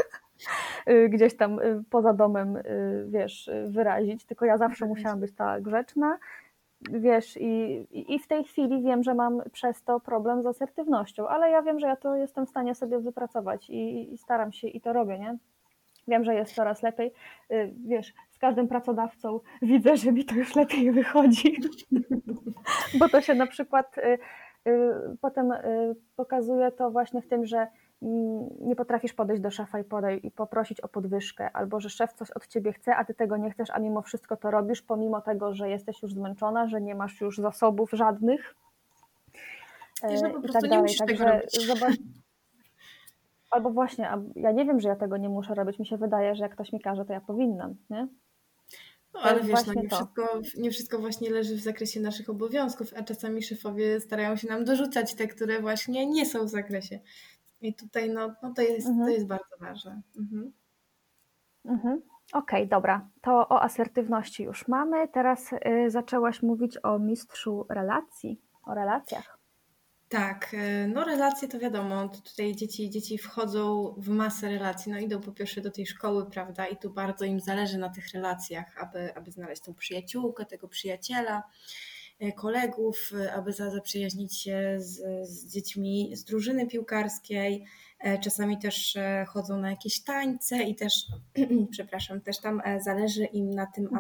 gdzieś tam poza domem, wiesz, wyrazić, tylko ja zawsze musiałam być ta grzeczna, wiesz, i w tej chwili wiem, że mam przez to problem z asertywnością, ale ja wiem, że ja to jestem w stanie sobie wypracować i staram się i to robię, nie? Wiem, że jest coraz lepiej, wiesz, z każdym pracodawcą widzę, że mi to już lepiej wychodzi, bo to się na przykład potem pokazuje to właśnie w tym, że nie potrafisz podejść do szefa i poprosić o podwyżkę, albo że szef coś od ciebie chce, a ty tego nie chcesz, a mimo wszystko to robisz, pomimo tego, że jesteś już zmęczona, że nie masz już zasobów żadnych i że po i prostu tak nie dalej. musisz tego Także robić. zobacz. Albo właśnie, ja nie wiem, że ja tego nie muszę robić, mi się wydaje, że jak ktoś mi każe, to ja powinnam, nie? No ale wiesz, nie wszystko właśnie leży w zakresie naszych obowiązków, a czasami szefowie starają się nam dorzucać te, które właśnie nie są w zakresie. I tutaj to jest bardzo ważne. Okej, dobra, to o asertywności już mamy. Teraz zaczęłaś mówić o mistrzu relacji, o relacjach. Tak, no relacje to wiadomo, tutaj dzieci wchodzą w masę relacji, no idą po pierwsze do tej szkoły, prawda, i tu bardzo im zależy na tych relacjach, aby znaleźć tą przyjaciółkę, tego przyjaciela. kolegów, aby zaprzyjaźnić się z dziećmi z drużyny piłkarskiej. Czasami też chodzą na jakieś tańce i też, przepraszam, też tam zależy im na tym,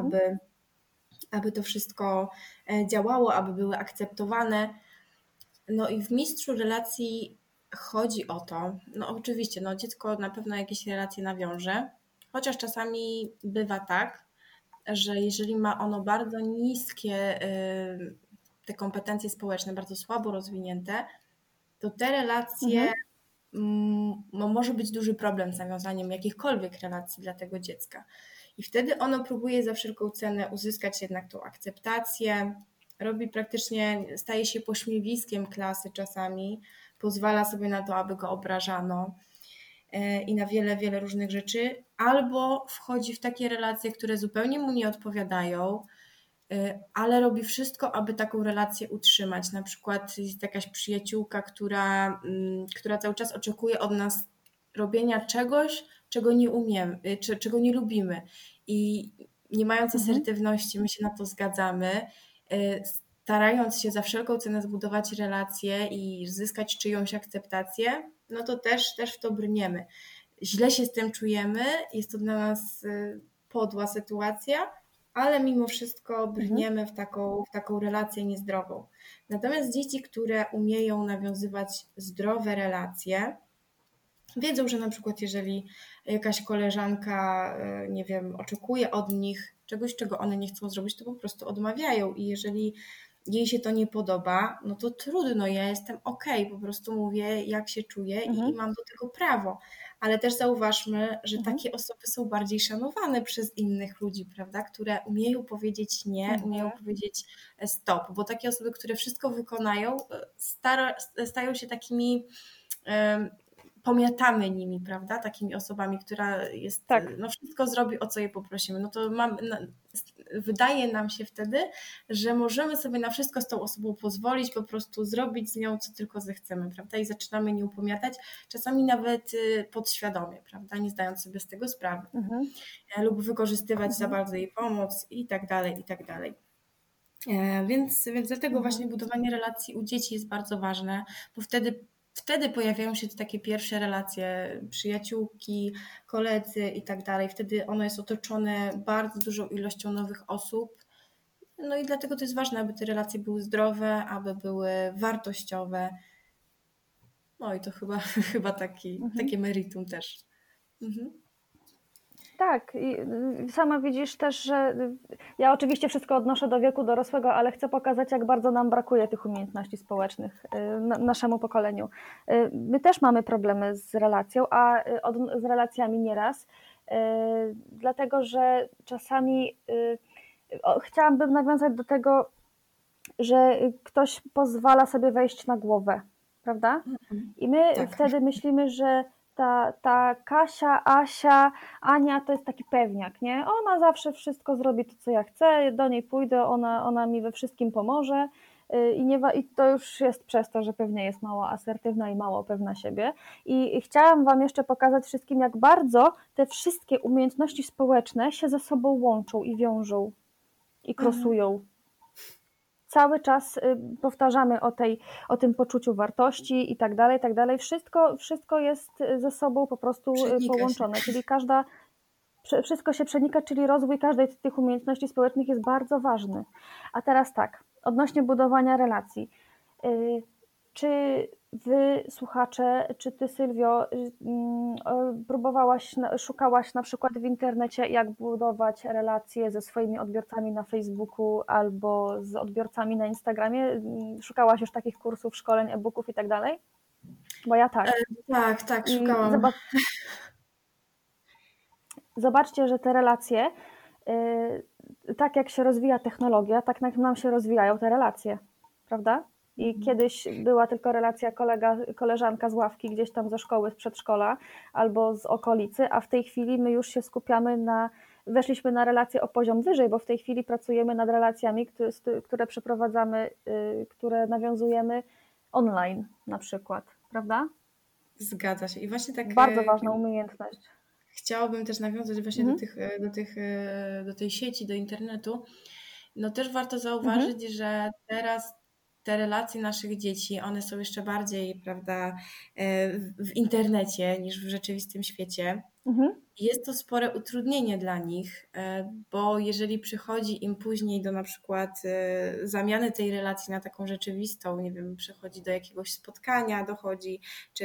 aby to wszystko działało, aby były akceptowane. No i w mistrzu relacji chodzi o to, no oczywiście, no dziecko na pewno jakieś relacje nawiąże, chociaż czasami bywa tak, że jeżeli ma ono bardzo niskie te kompetencje społeczne, bardzo słabo rozwinięte, to te relacje no, może być duży problem z nawiązaniem jakichkolwiek relacji dla tego dziecka. I wtedy ono próbuje za wszelką cenę uzyskać jednak tą akceptację, robi praktycznie, staje się pośmiewiskiem klasy czasami, pozwala sobie na to, aby go obrażano i na wiele, wiele różnych rzeczy, albo wchodzi w takie relacje, które zupełnie mu nie odpowiadają, ale robi wszystko, aby taką relację utrzymać. Na przykład jest jakaś przyjaciółka, która cały czas oczekuje od nas robienia czegoś, czego nie umiemy, czego nie lubimy. I nie mając asertywności, my się na to zgadzamy, starając się za wszelką cenę zbudować relacje i zyskać czyjąś akceptację, no to też w to brniemy. Źle się z tym czujemy, jest to dla nas podła sytuacja, ale mimo wszystko brniemy w taką relację niezdrową. Natomiast dzieci, które umieją nawiązywać zdrowe relacje, wiedzą, że na przykład jeżeli jakaś koleżanka, nie wiem, oczekuje od nich czegoś, czego one nie chcą zrobić, to po prostu odmawiają i jeżeli jej się to nie podoba, no to trudno, ja jestem okej, po prostu mówię, jak się czuję i mam do tego prawo. Ale też zauważmy, że takie osoby są bardziej szanowane przez innych ludzi, prawda, które umieją powiedzieć nie, umieją powiedzieć stop, bo takie osoby, które wszystko wykonają, stają się takimi, pomiatamy nimi, prawda, takimi osobami, która jest, no wszystko zrobi, o co je poprosimy. No to wydaje nam się wtedy, że możemy sobie na wszystko z tą osobą pozwolić, po prostu zrobić z nią, co tylko zechcemy, prawda, i zaczynamy nią pomiatać, czasami nawet podświadomie, prawda, nie zdając sobie z tego sprawy. Lub wykorzystywać za bardzo jej pomoc i tak dalej, i tak dalej. Więc dlatego właśnie budowanie relacji u dzieci jest bardzo ważne, bo wtedy pojawiają się takie pierwsze relacje, przyjaciółki, koledzy i tak dalej. Wtedy ono jest otoczone bardzo dużą ilością nowych osób. No i dlatego to jest ważne, aby te relacje były zdrowe, aby były wartościowe. No i to chyba takie meritum też. Tak, i sama widzisz też, że ja oczywiście wszystko odnoszę do wieku dorosłego, ale chcę pokazać, jak bardzo nam brakuje tych umiejętności społecznych naszemu pokoleniu. My też mamy problemy z relacją, z relacjami nieraz, dlatego że czasami chciałabym nawiązać do tego, że ktoś pozwala sobie wejść na głowę, prawda? I my wtedy myślimy, że ta Kasia, Asia, Ania to jest taki pewniak, nie? Ona zawsze wszystko zrobi to, co ja chcę, do niej pójdę, ona mi we wszystkim pomoże i to już jest przez to, że pewnie jest mało asertywna i mało pewna siebie. I chciałam Wam jeszcze pokazać wszystkim, jak bardzo te wszystkie umiejętności społeczne się ze sobą łączą i wiążą i krosują. Cały czas powtarzamy o tym poczuciu wartości i tak dalej. Wszystko jest ze sobą po prostu połączone, czyli wszystko się przenika, czyli rozwój każdej z tych umiejętności społecznych jest bardzo ważny. A teraz tak, odnośnie budowania relacji. Czy Wy, słuchacze, czy Ty, Sylwio, szukałaś na przykład w internecie, jak budować relacje ze swoimi odbiorcami na Facebooku albo z odbiorcami na Instagramie? Szukałaś już takich kursów, szkoleń, e-booków i tak dalej? Bo ja tak. Tak, szukałam. Zobaczcie, że te relacje, tak jak się rozwija technologia, tak nam się rozwijają te relacje, prawda? I kiedyś była tylko relacja koleżanka z ławki gdzieś tam ze szkoły, z przedszkola albo z okolicy, a w tej chwili my już się skupiamy weszliśmy na relacje o poziom wyżej, bo w tej chwili pracujemy nad relacjami, które przeprowadzamy, które nawiązujemy online na przykład, prawda? Zgadza się. I właśnie tak. Bardzo ważna umiejętność. Chciałabym też nawiązać właśnie do tej sieci, do internetu No też warto zauważyć, że teraz te relacje naszych dzieci, one są jeszcze bardziej, prawda, w internecie niż w rzeczywistym świecie. Jest to spore utrudnienie dla nich, bo jeżeli przychodzi im później do na przykład zamiany tej relacji na taką rzeczywistą, nie wiem, przychodzi do jakiegoś spotkania, dochodzi,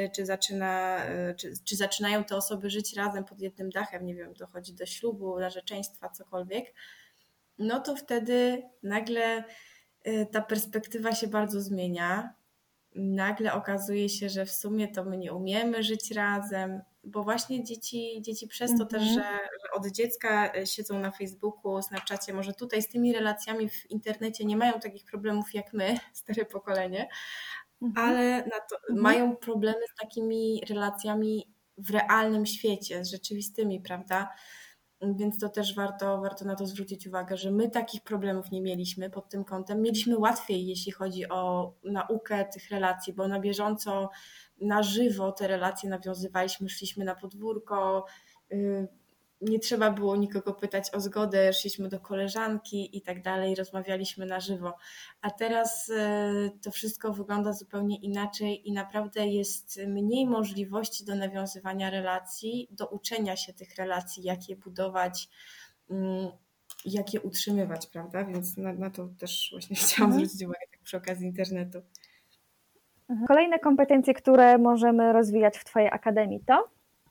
czy zaczynają te osoby żyć razem pod jednym dachem, nie wiem, dochodzi do ślubu, narzeczeństwa, cokolwiek, no to wtedy nagle ta perspektywa się bardzo zmienia. Nagle okazuje się, że w sumie to my nie umiemy żyć razem, bo właśnie dzieci przez to też, że od dziecka siedzą na Facebooku, Snapchacie, może tutaj z tymi relacjami w internecie nie mają takich problemów jak my, stare pokolenie, ale mają problemy z takimi relacjami w realnym świecie, z rzeczywistymi, prawda? Więc to też warto na to zwrócić uwagę, że my takich problemów nie mieliśmy pod tym kątem. Mieliśmy łatwiej, jeśli chodzi o naukę tych relacji, bo na bieżąco, na żywo te relacje nawiązywaliśmy, szliśmy na podwórko, nie trzeba było nikogo pytać o zgodę, szliśmy do koleżanki i tak dalej, rozmawialiśmy na żywo. A teraz to wszystko wygląda zupełnie inaczej i naprawdę jest mniej możliwości do nawiązywania relacji, do uczenia się tych relacji, jak je budować, jak je utrzymywać, prawda? Więc na to też właśnie chciałam zwrócić uwagę tak przy okazji internetu. Kolejne kompetencje, które możemy rozwijać w Twojej akademii to?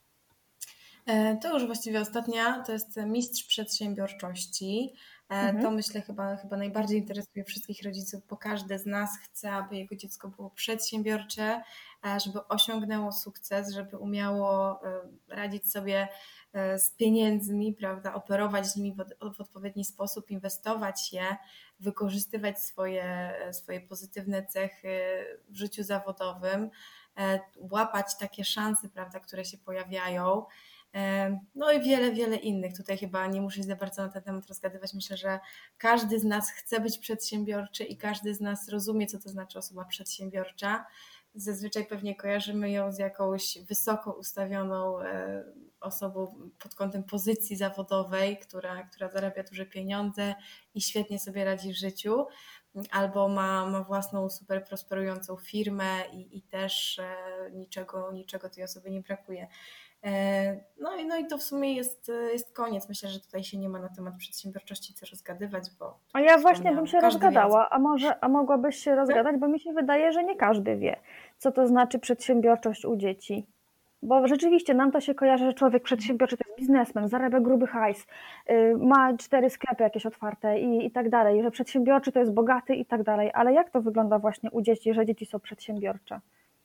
To już właściwie ostatnia, to jest mistrz przedsiębiorczości. To myślę chyba najbardziej interesuje wszystkich rodziców, bo każdy z nas chce, aby jego dziecko było przedsiębiorcze, żeby osiągnęło sukces, żeby umiało radzić sobie z pieniędzmi, prawda, operować z nimi w odpowiedni sposób, inwestować je, wykorzystywać swoje pozytywne cechy w życiu zawodowym, łapać takie szanse, prawda, które się pojawiają. No i wiele innych. Tutaj chyba nie muszę za bardzo na ten temat rozgadywać. Myślę, że każdy z nas chce być przedsiębiorczy i każdy z nas rozumie, co to znaczy osoba przedsiębiorcza. Zazwyczaj pewnie kojarzymy ją z jakąś wysoko ustawioną osobą pod kątem pozycji zawodowej, która zarabia duże pieniądze i świetnie sobie radzi w życiu, albo ma własną super prosperującą firmę i też niczego tej osobie nie brakuje. No i to w sumie jest koniec. Myślę, że tutaj się nie ma na temat przedsiębiorczości co rozgadywać, bo... A ja właśnie bym się każdy rozgadała, a mogłabyś się rozgadać, bo mi się wydaje, że nie każdy wie, co to znaczy przedsiębiorczość u dzieci. Bo rzeczywiście nam to się kojarzy, że człowiek przedsiębiorczy to jest biznesmen, zarabia gruby hajs, ma 4 sklepy jakieś otwarte i tak dalej, że przedsiębiorczy to jest bogaty i tak dalej. Ale jak to wygląda właśnie u dzieci, że dzieci są przedsiębiorcze?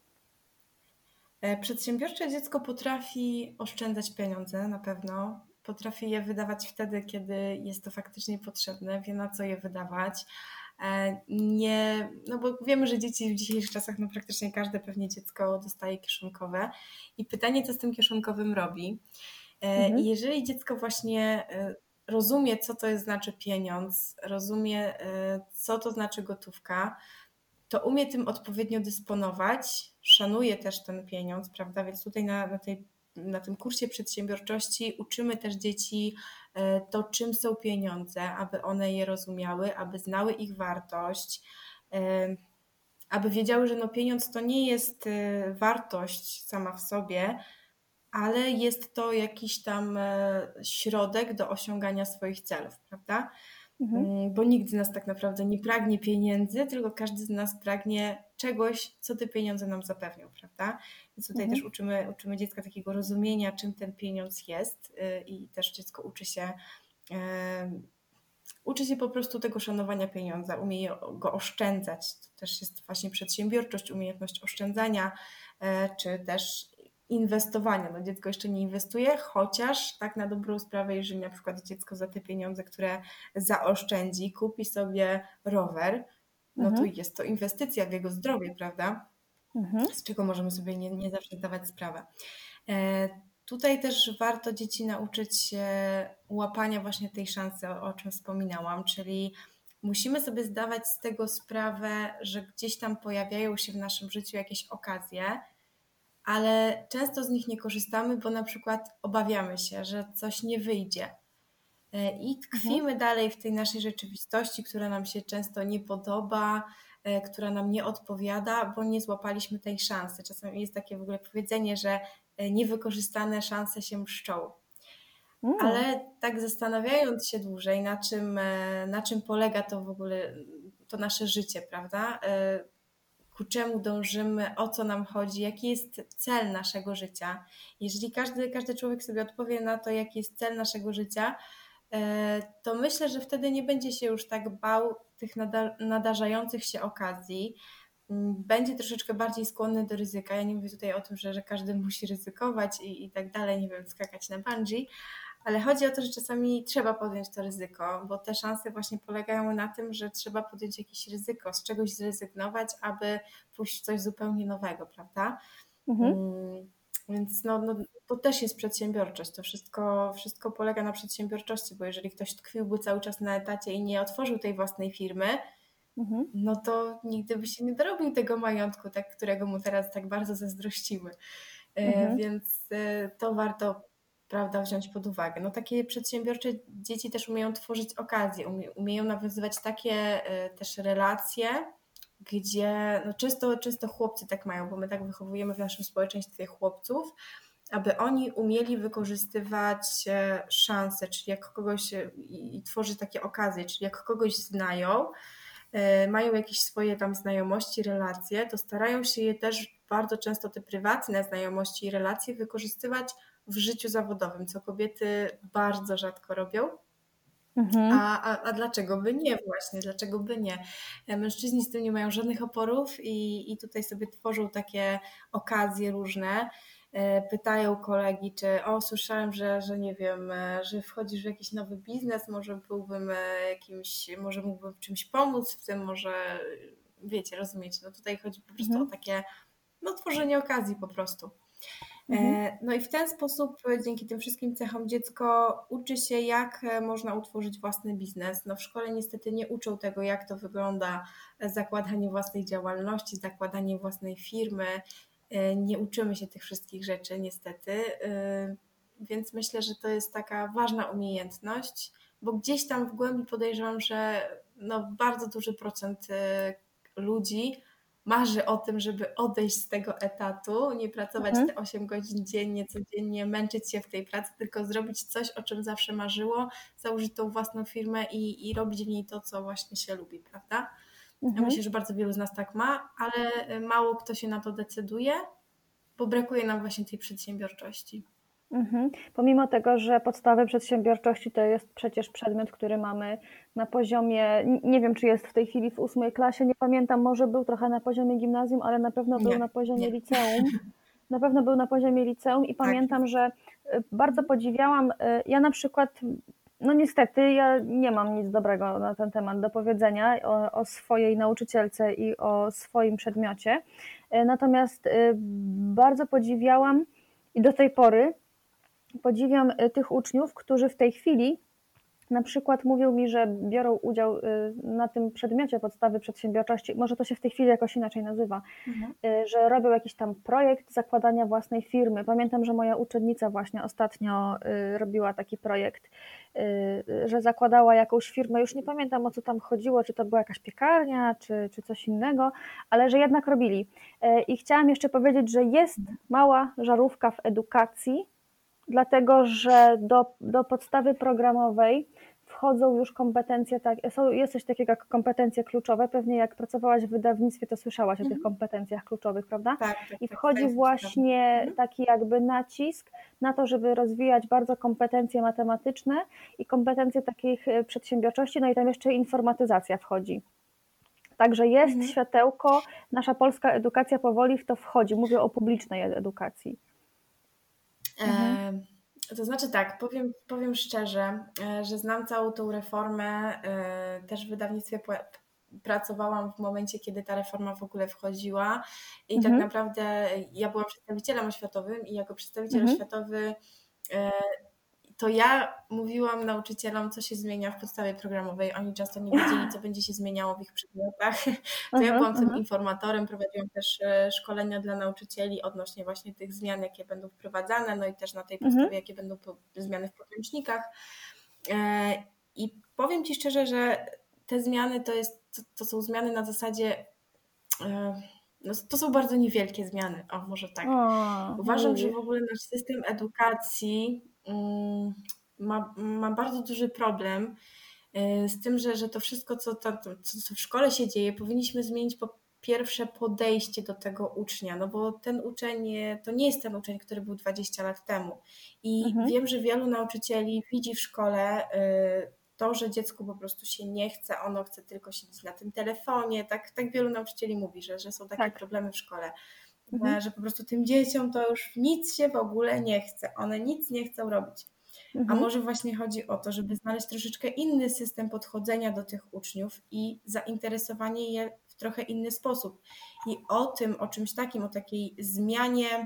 Przedsiębiorcze dziecko potrafi oszczędzać pieniądze na pewno, potrafi je wydawać wtedy, kiedy jest to faktycznie potrzebne, wie na co je wydawać. No bo wiemy, że dzieci w dzisiejszych czasach, no praktycznie każde pewnie dziecko dostaje kieszonkowe i pytanie, co z tym kieszonkowym robi. I jeżeli dziecko właśnie rozumie, co to jest znaczy pieniądz, rozumie, co to znaczy gotówka, to umie tym odpowiednio dysponować, szanuje też ten pieniądz, prawda? Więc tutaj na tym kursie przedsiębiorczości uczymy też dzieci to, czym są pieniądze, aby one je rozumiały, aby znały ich wartość, aby wiedziały, że no pieniądz to nie jest wartość sama w sobie, ale jest to jakiś tam środek do osiągania swoich celów, prawda? Bo nikt z nas tak naprawdę nie pragnie pieniędzy, tylko każdy z nas pragnie czegoś, co te pieniądze nam zapewnią, prawda? Więc tutaj też uczymy dziecka takiego rozumienia, czym ten pieniądz jest i też dziecko uczy się po prostu tego szanowania pieniądza, umie go oszczędzać. To też jest właśnie przedsiębiorczość, umiejętność oszczędzania, czy też inwestowania. No dziecko jeszcze nie inwestuje, chociaż tak na dobrą sprawę, jeżeli na przykład dziecko za te pieniądze, które zaoszczędzi, kupi sobie rower, no to jest to inwestycja w jego zdrowie, prawda? Z czego możemy sobie nie zawsze zdawać sprawę. Tutaj też warto dzieci nauczyć się łapania właśnie tej szansy, o czym wspominałam, czyli musimy sobie zdawać z tego sprawę, że gdzieś tam pojawiają się w naszym życiu jakieś okazje, ale często z nich nie korzystamy, bo na przykład obawiamy się, że coś nie wyjdzie. i tkwimy dalej w tej naszej rzeczywistości, która nam się często nie podoba, która nam nie odpowiada, bo nie złapaliśmy tej szansy. Czasami jest takie w ogóle powiedzenie, że niewykorzystane szanse się mszczą. Ale tak zastanawiając się dłużej, na czym polega to w ogóle, to nasze życie, prawda? Ku czemu dążymy, o co nam chodzi, jaki jest cel naszego życia. Jeżeli każdy człowiek sobie odpowie na to, jaki jest cel naszego życia, to myślę, że wtedy nie będzie się już tak bał tych nadarzających się okazji. Będzie troszeczkę bardziej skłonny do ryzyka. Ja nie mówię tutaj o tym, że każdy musi ryzykować i tak dalej, nie wiem, skakać na bungee, ale chodzi o to, że czasami trzeba podjąć to ryzyko, bo te szanse właśnie polegają na tym, że trzeba podjąć jakieś ryzyko, z czegoś zrezygnować, aby pójść w coś zupełnie nowego, prawda? Więc to też jest przedsiębiorczość. To wszystko polega na przedsiębiorczości, bo jeżeli ktoś tkwiłby cały czas na etacie i nie otworzył tej własnej firmy, no to nigdy by się nie dorobił tego majątku, tak, którego mu teraz tak bardzo zazdrościmy. Więc to warto, prawda, wziąć pod uwagę. No takie przedsiębiorcze dzieci też umieją tworzyć okazje, umieją nawiązywać takie też relacje, gdzie no często chłopcy tak mają, bo my tak wychowujemy w naszym społeczeństwie chłopców, aby oni umieli wykorzystywać szanse, czyli jak kogoś i tworzyć takie okazje, czyli jak kogoś znają, mają jakieś swoje tam znajomości, relacje, to starają się je też bardzo często te prywatne znajomości i relacje wykorzystywać w życiu zawodowym, co kobiety bardzo rzadko robią. A dlaczego by nie właśnie, dlaczego by nie? Mężczyźni z tym nie mają żadnych oporów i tutaj sobie tworzą takie okazje różne. Pytają kolegi, czy słyszałem, że nie wiem, że wchodzisz w jakiś nowy biznes, może mógłbym w czymś pomóc w tym, może wiecie, rozumiecie, no tutaj chodzi po prostu o takie tworzenie okazji po prostu. No i w ten sposób, dzięki tym wszystkim cechom, dziecko uczy się, jak można utworzyć własny biznes. No w szkole niestety nie uczą tego, jak to wygląda zakładanie własnej działalności, zakładanie własnej firmy. Nie uczymy się tych wszystkich rzeczy niestety, więc myślę, że to jest taka ważna umiejętność, bo gdzieś tam w głębi podejrzewam, że bardzo duży procent ludzi marzy o tym, żeby odejść z tego etatu, nie pracować te 8 godzin dziennie, codziennie, męczyć się w tej pracy, tylko zrobić coś, o czym zawsze marzyło, założyć tą własną firmę i robić w niej to, co właśnie się lubi, prawda? Ja myślę, że bardzo wielu z nas tak ma, ale mało kto się na to decyduje, bo brakuje nam właśnie tej przedsiębiorczości. Pomimo tego, że podstawy przedsiębiorczości to jest przecież przedmiot, który mamy na poziomie, nie wiem czy jest w tej chwili w 8 klasie, nie pamiętam, może był trochę na poziomie gimnazjum, ale na pewno był na poziomie liceum. Na pewno był na poziomie liceum i pamiętam, że bardzo podziwiałam, ja na przykład, no niestety ja nie mam nic dobrego na ten temat do powiedzenia o swojej nauczycielce i o swoim przedmiocie, natomiast bardzo podziwiałam i do tej pory podziwiam tych uczniów, którzy w tej chwili na przykład mówią mi, że biorą udział na tym przedmiocie podstawy przedsiębiorczości, może to się w tej chwili jakoś inaczej nazywa, że robią jakiś tam projekt zakładania własnej firmy. Pamiętam, że moja uczennica właśnie ostatnio robiła taki projekt, że zakładała jakąś firmę, już nie pamiętam o co tam chodziło, czy to była jakaś piekarnia, czy coś innego, ale że jednak robili. I chciałam jeszcze powiedzieć, że jest mała żarówka w edukacji, dlatego że do podstawy programowej wchodzą już kompetencje, jest coś takiego jak kompetencje kluczowe, pewnie jak pracowałaś w wydawnictwie, to słyszałaś o tych kompetencjach kluczowych, prawda? Tak, I wchodzi właśnie taki jakby nacisk na to, żeby rozwijać bardzo kompetencje matematyczne i kompetencje takich przedsiębiorczości, no i tam jeszcze informatyzacja wchodzi. Także jest światełko, nasza polska edukacja powoli w to wchodzi, mówię o publicznej edukacji. To znaczy tak, powiem szczerze, że znam całą tą reformę, też w wydawnictwie pracowałam w momencie, kiedy ta reforma w ogóle wchodziła i tak naprawdę ja byłam przedstawicielem oświatowym i jako przedstawiciel oświatowy to ja mówiłam nauczycielom, co się zmienia w podstawie programowej. Oni często nie wiedzieli, co będzie się zmieniało w ich przedmiotach. To ja byłam tym informatorem, prowadziłam też szkolenia dla nauczycieli odnośnie właśnie tych zmian, jakie będą wprowadzane, no i też na tej podstawie, jakie będą zmiany w podręcznikach. I powiem Ci szczerze, że te zmiany to są zmiany na zasadzie, no to są bardzo niewielkie zmiany, o może tak. O, Uważam, że w widzisz. ogóle nasz system edukacji ma bardzo duży problem z tym, że to wszystko, co w szkole się dzieje, powinniśmy zmienić po pierwsze podejście do tego ucznia, no bo ten uczeń to nie jest ten uczeń, który był 20 lat temu. I wiem, że wielu nauczycieli widzi w szkole to, że dziecku po prostu się nie chce, ono chce tylko siedzieć na tym telefonie. Tak wielu nauczycieli mówi, że są takie problemy w szkole, że po prostu tym dzieciom to już nic się w ogóle nie chce. One nic nie chcą robić. A może właśnie chodzi o to, żeby znaleźć troszeczkę inny system podchodzenia do tych uczniów i zainteresowanie je w trochę inny sposób. I o czymś takim, o takiej zmianie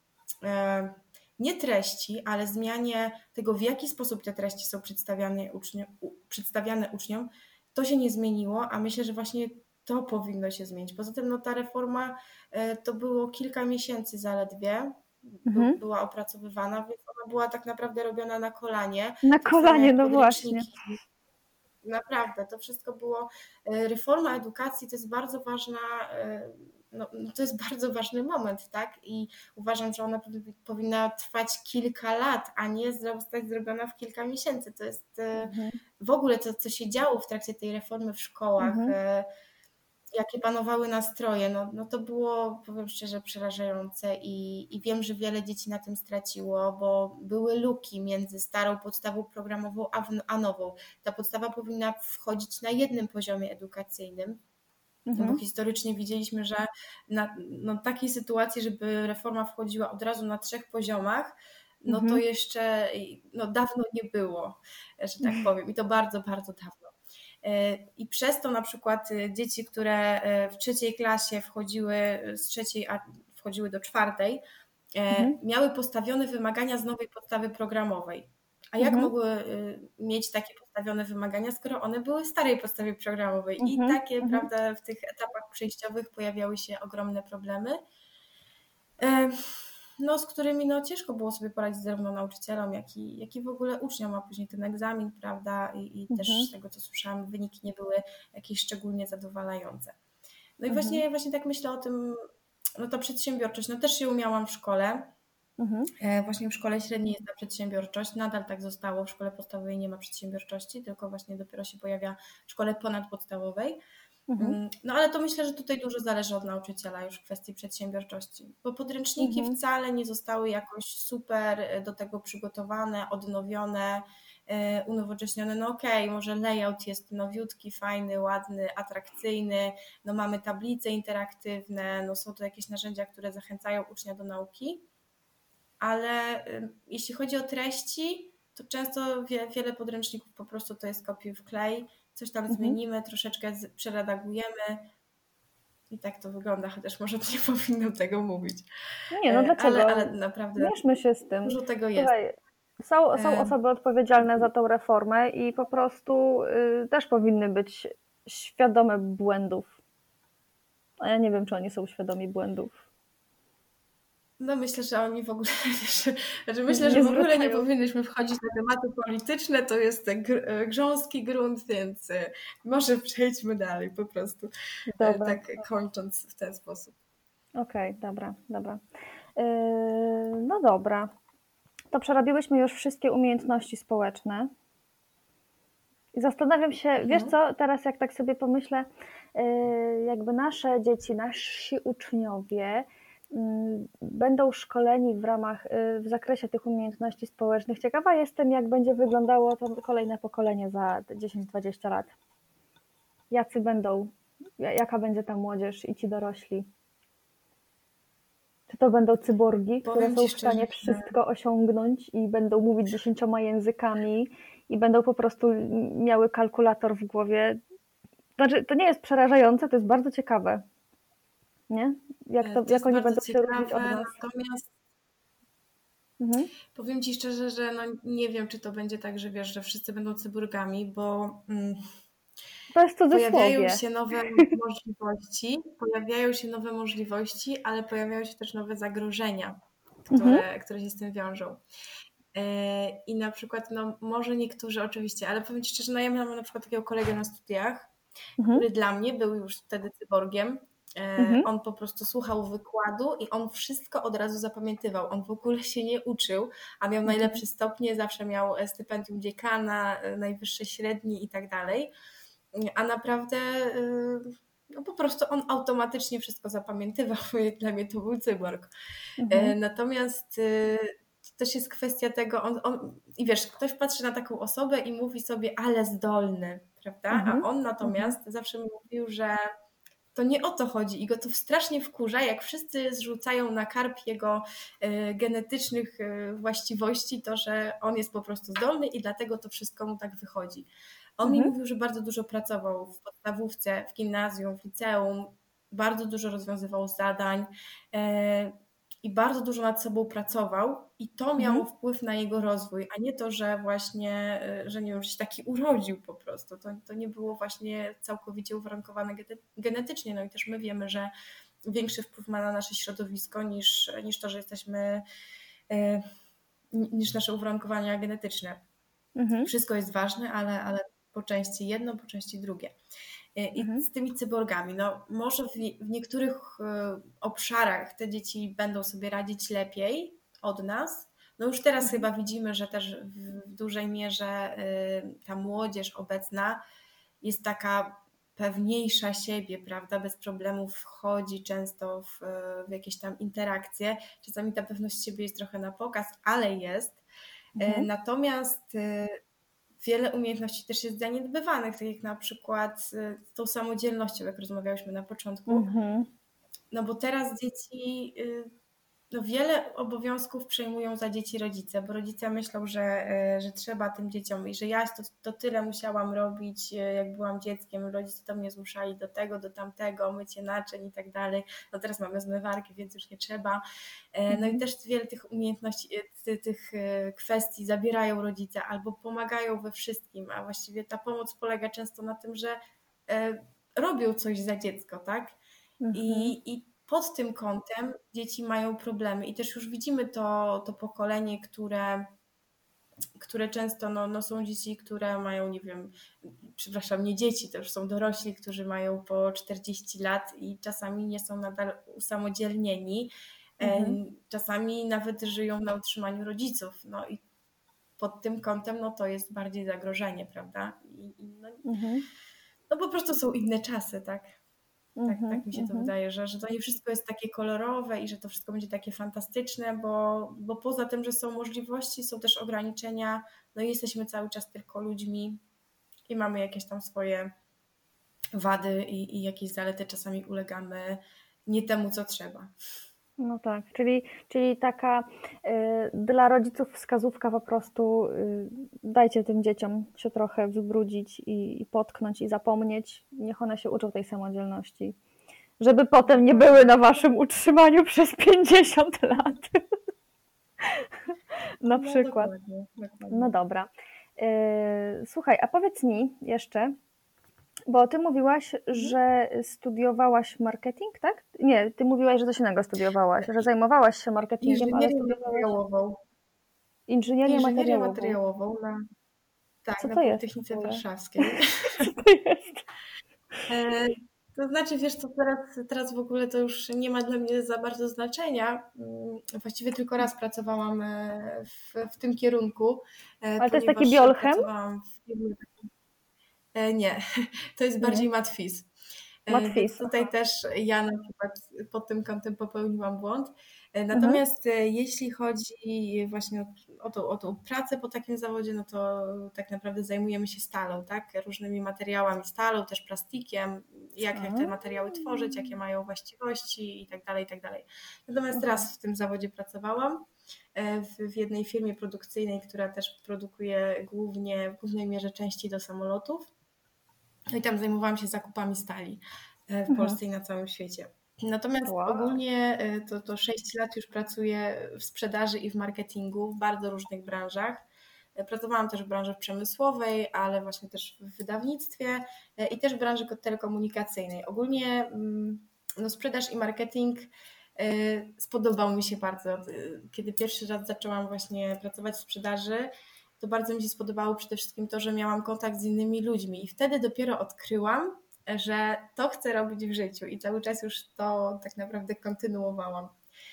nie treści, ale zmianie tego, w jaki sposób te treści są przedstawiane uczniom, to się nie zmieniło, a myślę, że właśnie to powinno się zmienić. Poza tym ta reforma to było kilka miesięcy zaledwie, była opracowywana, więc ona była tak naprawdę robiona na kolanie. Na kolanie, no właśnie. Naprawdę, to wszystko było, reforma edukacji to jest bardzo ważna, to jest bardzo ważny moment, tak? I uważam, że ona powinna trwać kilka lat, a nie zostać zrobiona w kilka miesięcy. To jest w ogóle to, co się działo w trakcie tej reformy w szkołach, jakie panowały nastroje, to było, powiem szczerze, przerażające i wiem, że wiele dzieci na tym straciło, bo były luki między starą podstawą programową a nową. Ta podstawa powinna wchodzić na jednym poziomie edukacyjnym, bo historycznie widzieliśmy, że na takiej sytuacji, żeby reforma wchodziła od razu na 3 poziomach, to jeszcze dawno nie było, że tak powiem, i to bardzo, bardzo dawno. I przez to na przykład dzieci, które w 3. klasie wchodziły z 3. a wchodziły do 4, miały postawione wymagania z nowej podstawy programowej. A jak mogły mieć takie postawione wymagania, skoro one były w starej podstawie programowej? I takie, prawda, w tych etapach przejściowych pojawiały się ogromne problemy, z którymi ciężko było sobie poradzić zarówno nauczycielom, jak i w ogóle uczniom, a później ten egzamin, prawda, i też z tego, co słyszałam, wyniki nie były jakieś szczególnie zadowalające. I właśnie tak myślę o tym, ta przedsiębiorczość, też ją miałam w szkole. Właśnie w szkole średniej jest ta przedsiębiorczość, nadal tak zostało, w szkole podstawowej nie ma przedsiębiorczości, tylko właśnie dopiero się pojawia w szkole ponadpodstawowej. Ale to myślę, że tutaj dużo zależy od nauczyciela już w kwestii przedsiębiorczości, bo podręczniki wcale nie zostały jakoś super do tego przygotowane, odnowione, unowocześnione. Okej, może layout jest nowiutki, fajny, ładny, atrakcyjny, mamy tablice interaktywne, są to jakieś narzędzia, które zachęcają ucznia do nauki, ale jeśli chodzi o treści, to często wiele podręczników po prostu to jest kopiuj wklej, coś tam zmienimy, troszeczkę przeredagujemy i tak to wygląda, chociaż może nie powinnam tego mówić. Nie, dlaczego? Ale naprawdę Mierzmy się z tym. Dużo tego jest. Słuchaj, są osoby odpowiedzialne za tą reformę i po prostu też powinny być świadome błędów. A ja nie wiem, czy oni są świadomi błędów. Myślę, że oni w ogóle, myślę, że w ogóle nie powinniśmy wchodzić na tematy polityczne, to jest grząski grunt, więc może przejdźmy dalej po prostu, tak kończąc w ten sposób. Okej, dobra. Dobra. To przerobiłyśmy już wszystkie umiejętności społeczne. I zastanawiam się, wiesz co, teraz jak tak sobie pomyślę, jakby nasze dzieci, nasi uczniowie będą szkoleni w zakresie tych umiejętności społecznych. Ciekawa jestem, jak będzie wyglądało to kolejne pokolenie za 10-20 lat. Jacy będą, jaka będzie ta młodzież i ci dorośli? Czy to będą cyborgi, które są w stanie wszystko osiągnąć i będą mówić 10 językami i będą po prostu miały kalkulator w głowie? Znaczy, to nie jest przerażające, to jest bardzo ciekawe. Nie? Jak oni będą się różnić od nas? Natomiast powiem Ci szczerze, że nie wiem, czy to będzie tak, że wiesz, że wszyscy będą cyborgami, bo to jest pojawiają się nowe możliwości, ale pojawiają się też nowe zagrożenia, które się z tym wiążą. I na przykład, no może niektórzy oczywiście, ale powiem Ci szczerze, no ja miałam na przykład takiego kolegę na studiach, który dla mnie był już wtedy cyborgiem. On po prostu słuchał wykładu i on wszystko od razu zapamiętywał. On w ogóle się nie uczył, a miał najlepsze stopnie, zawsze miał stypendium dziekana, najwyższe średnie i tak dalej. A naprawdę no po prostu on automatycznie wszystko zapamiętywał. Dla mnie to był cyborg. Natomiast to też jest kwestia tego, i wiesz, ktoś patrzy na taką osobę i mówi sobie, ale zdolny, prawda? A on natomiast zawsze mi mówił, że to nie o to chodzi i go to strasznie wkurza, jak wszyscy zrzucają na karb jego genetycznych właściwości to, że on jest po prostu zdolny i dlatego to wszystko mu tak wychodzi. On mi mówił, że bardzo dużo pracował w podstawówce, w gimnazjum, w liceum, bardzo dużo rozwiązywał zadań i bardzo dużo nad sobą pracował i to miało wpływ na jego rozwój, a nie to, że właśnie, że nie wiem, że się taki urodził po prostu. To nie było właśnie całkowicie uwarunkowane genetycznie. No i też my wiemy, że większy wpływ ma na nasze środowisko niż to, że jesteśmy, niż nasze uwarunkowania genetyczne. Wszystko jest ważne, ale po części jedno, po części drugie. I z tymi cyborgami, no może w niektórych obszarach te dzieci będą sobie radzić lepiej od nas. No już teraz chyba widzimy, że też w dużej mierze ta młodzież obecna jest taka pewniejsza siebie, prawda, bez problemów wchodzi często w jakieś tam interakcje. Czasami ta pewność siebie jest trochę na pokaz, ale jest. Natomiast wiele umiejętności też jest zaniedbywanych, tak jak na przykład z tą samodzielnością, jak rozmawiałyśmy na początku. No bo teraz dzieci, no wiele obowiązków przejmują za dzieci rodzice, bo rodzice myślą, że trzeba tym dzieciom i że ja to tyle musiałam robić, jak byłam dzieckiem, rodzice to mnie zmuszali do tego, do tamtego, mycie naczyń i tak dalej. No teraz mamy zmywarki, więc już nie trzeba. No i też wiele tych umiejętności, tych kwestii zabierają rodzice albo pomagają we wszystkim, a właściwie ta pomoc polega często na tym, że robią coś za dziecko, tak? I pod tym kątem dzieci mają problemy i też już widzimy to pokolenie, które często no są dzieci, które mają, nie wiem, przepraszam, nie dzieci, to już są dorośli, którzy mają po 40 lat i czasami nie są nadal usamodzielnieni, czasami nawet żyją na utrzymaniu rodziców, no i pod tym kątem no to jest bardziej zagrożenie, prawda? No po prostu są inne czasy, tak? Tak mi się to wydaje, że to nie wszystko jest takie kolorowe i że to wszystko będzie takie fantastyczne, bo poza tym, że są możliwości, są też ograniczenia, no i jesteśmy cały czas tylko ludźmi i mamy jakieś tam swoje wady i jakieś zalety, czasami ulegamy nie temu, co trzeba. No tak, czyli taka dla rodziców wskazówka po prostu dajcie tym dzieciom się trochę wybrudzić i potknąć i zapomnieć, niech one się uczą tej samodzielności, żeby potem nie były na waszym utrzymaniu przez 50 lat. Na przykład. Dokładnie. No dobra. Słuchaj, a powiedz mi jeszcze, bo ty mówiłaś, że studiowałaś marketing, tak? Nie, ty mówiłaś, że coś innego studiowałaś, że zajmowałaś się marketingiem, ale studiowałaś inżynierię materiałową. Tak, na Politechnice Warszawskiej. Co to jest? To znaczy, wiesz co, teraz w ogóle to już nie ma dla mnie za bardzo znaczenia. Właściwie tylko raz pracowałam w tym kierunku. Ale to jest taki biolchem? Nie, to jest bardziej matfiz. Więc tutaj też ja na przykład pod tym kątem popełniłam błąd. Natomiast jeśli chodzi właśnie o tą pracę po takim zawodzie, no to tak naprawdę zajmujemy się stalą, tak? Różnymi materiałami stalą, też plastikiem, jak te materiały tworzyć, jakie mają właściwości i tak dalej, i tak dalej. Natomiast raz w tym zawodzie pracowałam w jednej firmie produkcyjnej, która też produkuje w głównej mierze części do samolotów. No i tam zajmowałam się zakupami stali w Polsce i na całym świecie. Natomiast ogólnie to 6 lat już pracuję w sprzedaży i w marketingu w bardzo różnych branżach. Pracowałam też w branży przemysłowej, ale właśnie też w wydawnictwie i też w branży telekomunikacyjnej. Ogólnie no, sprzedaż i marketing Spodobał mi się bardzo. Kiedy pierwszy raz zaczęłam właśnie pracować w sprzedaży, to bardzo mi się spodobało przede wszystkim to, że miałam kontakt z innymi ludźmi i wtedy dopiero odkryłam, że to chcę robić w życiu i cały czas już to tak naprawdę kontynuowałam.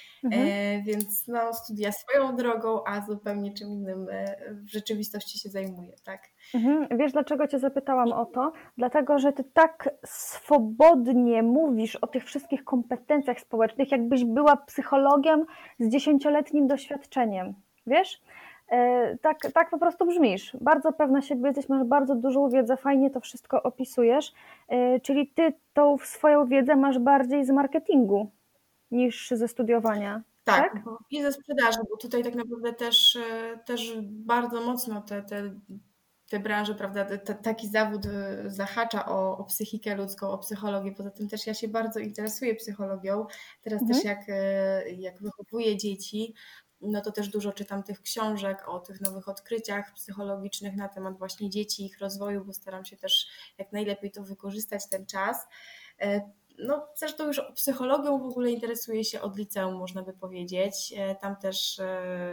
Więc no, studia swoją drogą, a zupełnie czym innym w rzeczywistości się zajmuję, tak? Wiesz, dlaczego Cię zapytałam o to? Dlatego, że Ty tak swobodnie mówisz o tych wszystkich kompetencjach społecznych, jakbyś była psychologiem z 10-letnim doświadczeniem. Wiesz? Tak po prostu brzmisz. Bardzo pewna siebie jesteś, masz bardzo dużą wiedzę, fajnie to wszystko opisujesz, czyli Ty tą swoją wiedzę masz bardziej z marketingu niż ze studiowania. Tak, i ze sprzedaży, bo tutaj tak naprawdę też bardzo mocno te branże, prawda, taki zawód zahacza o psychikę ludzką, o psychologię. Poza tym też ja się bardzo interesuję psychologią. Teraz też jak wychowuję dzieci, no to też dużo czytam tych książek o tych nowych odkryciach psychologicznych na temat właśnie dzieci, ich rozwoju, bo staram się też jak najlepiej to wykorzystać ten czas. No zresztą już psychologią w ogóle interesuję się od liceum, można by powiedzieć. Tam też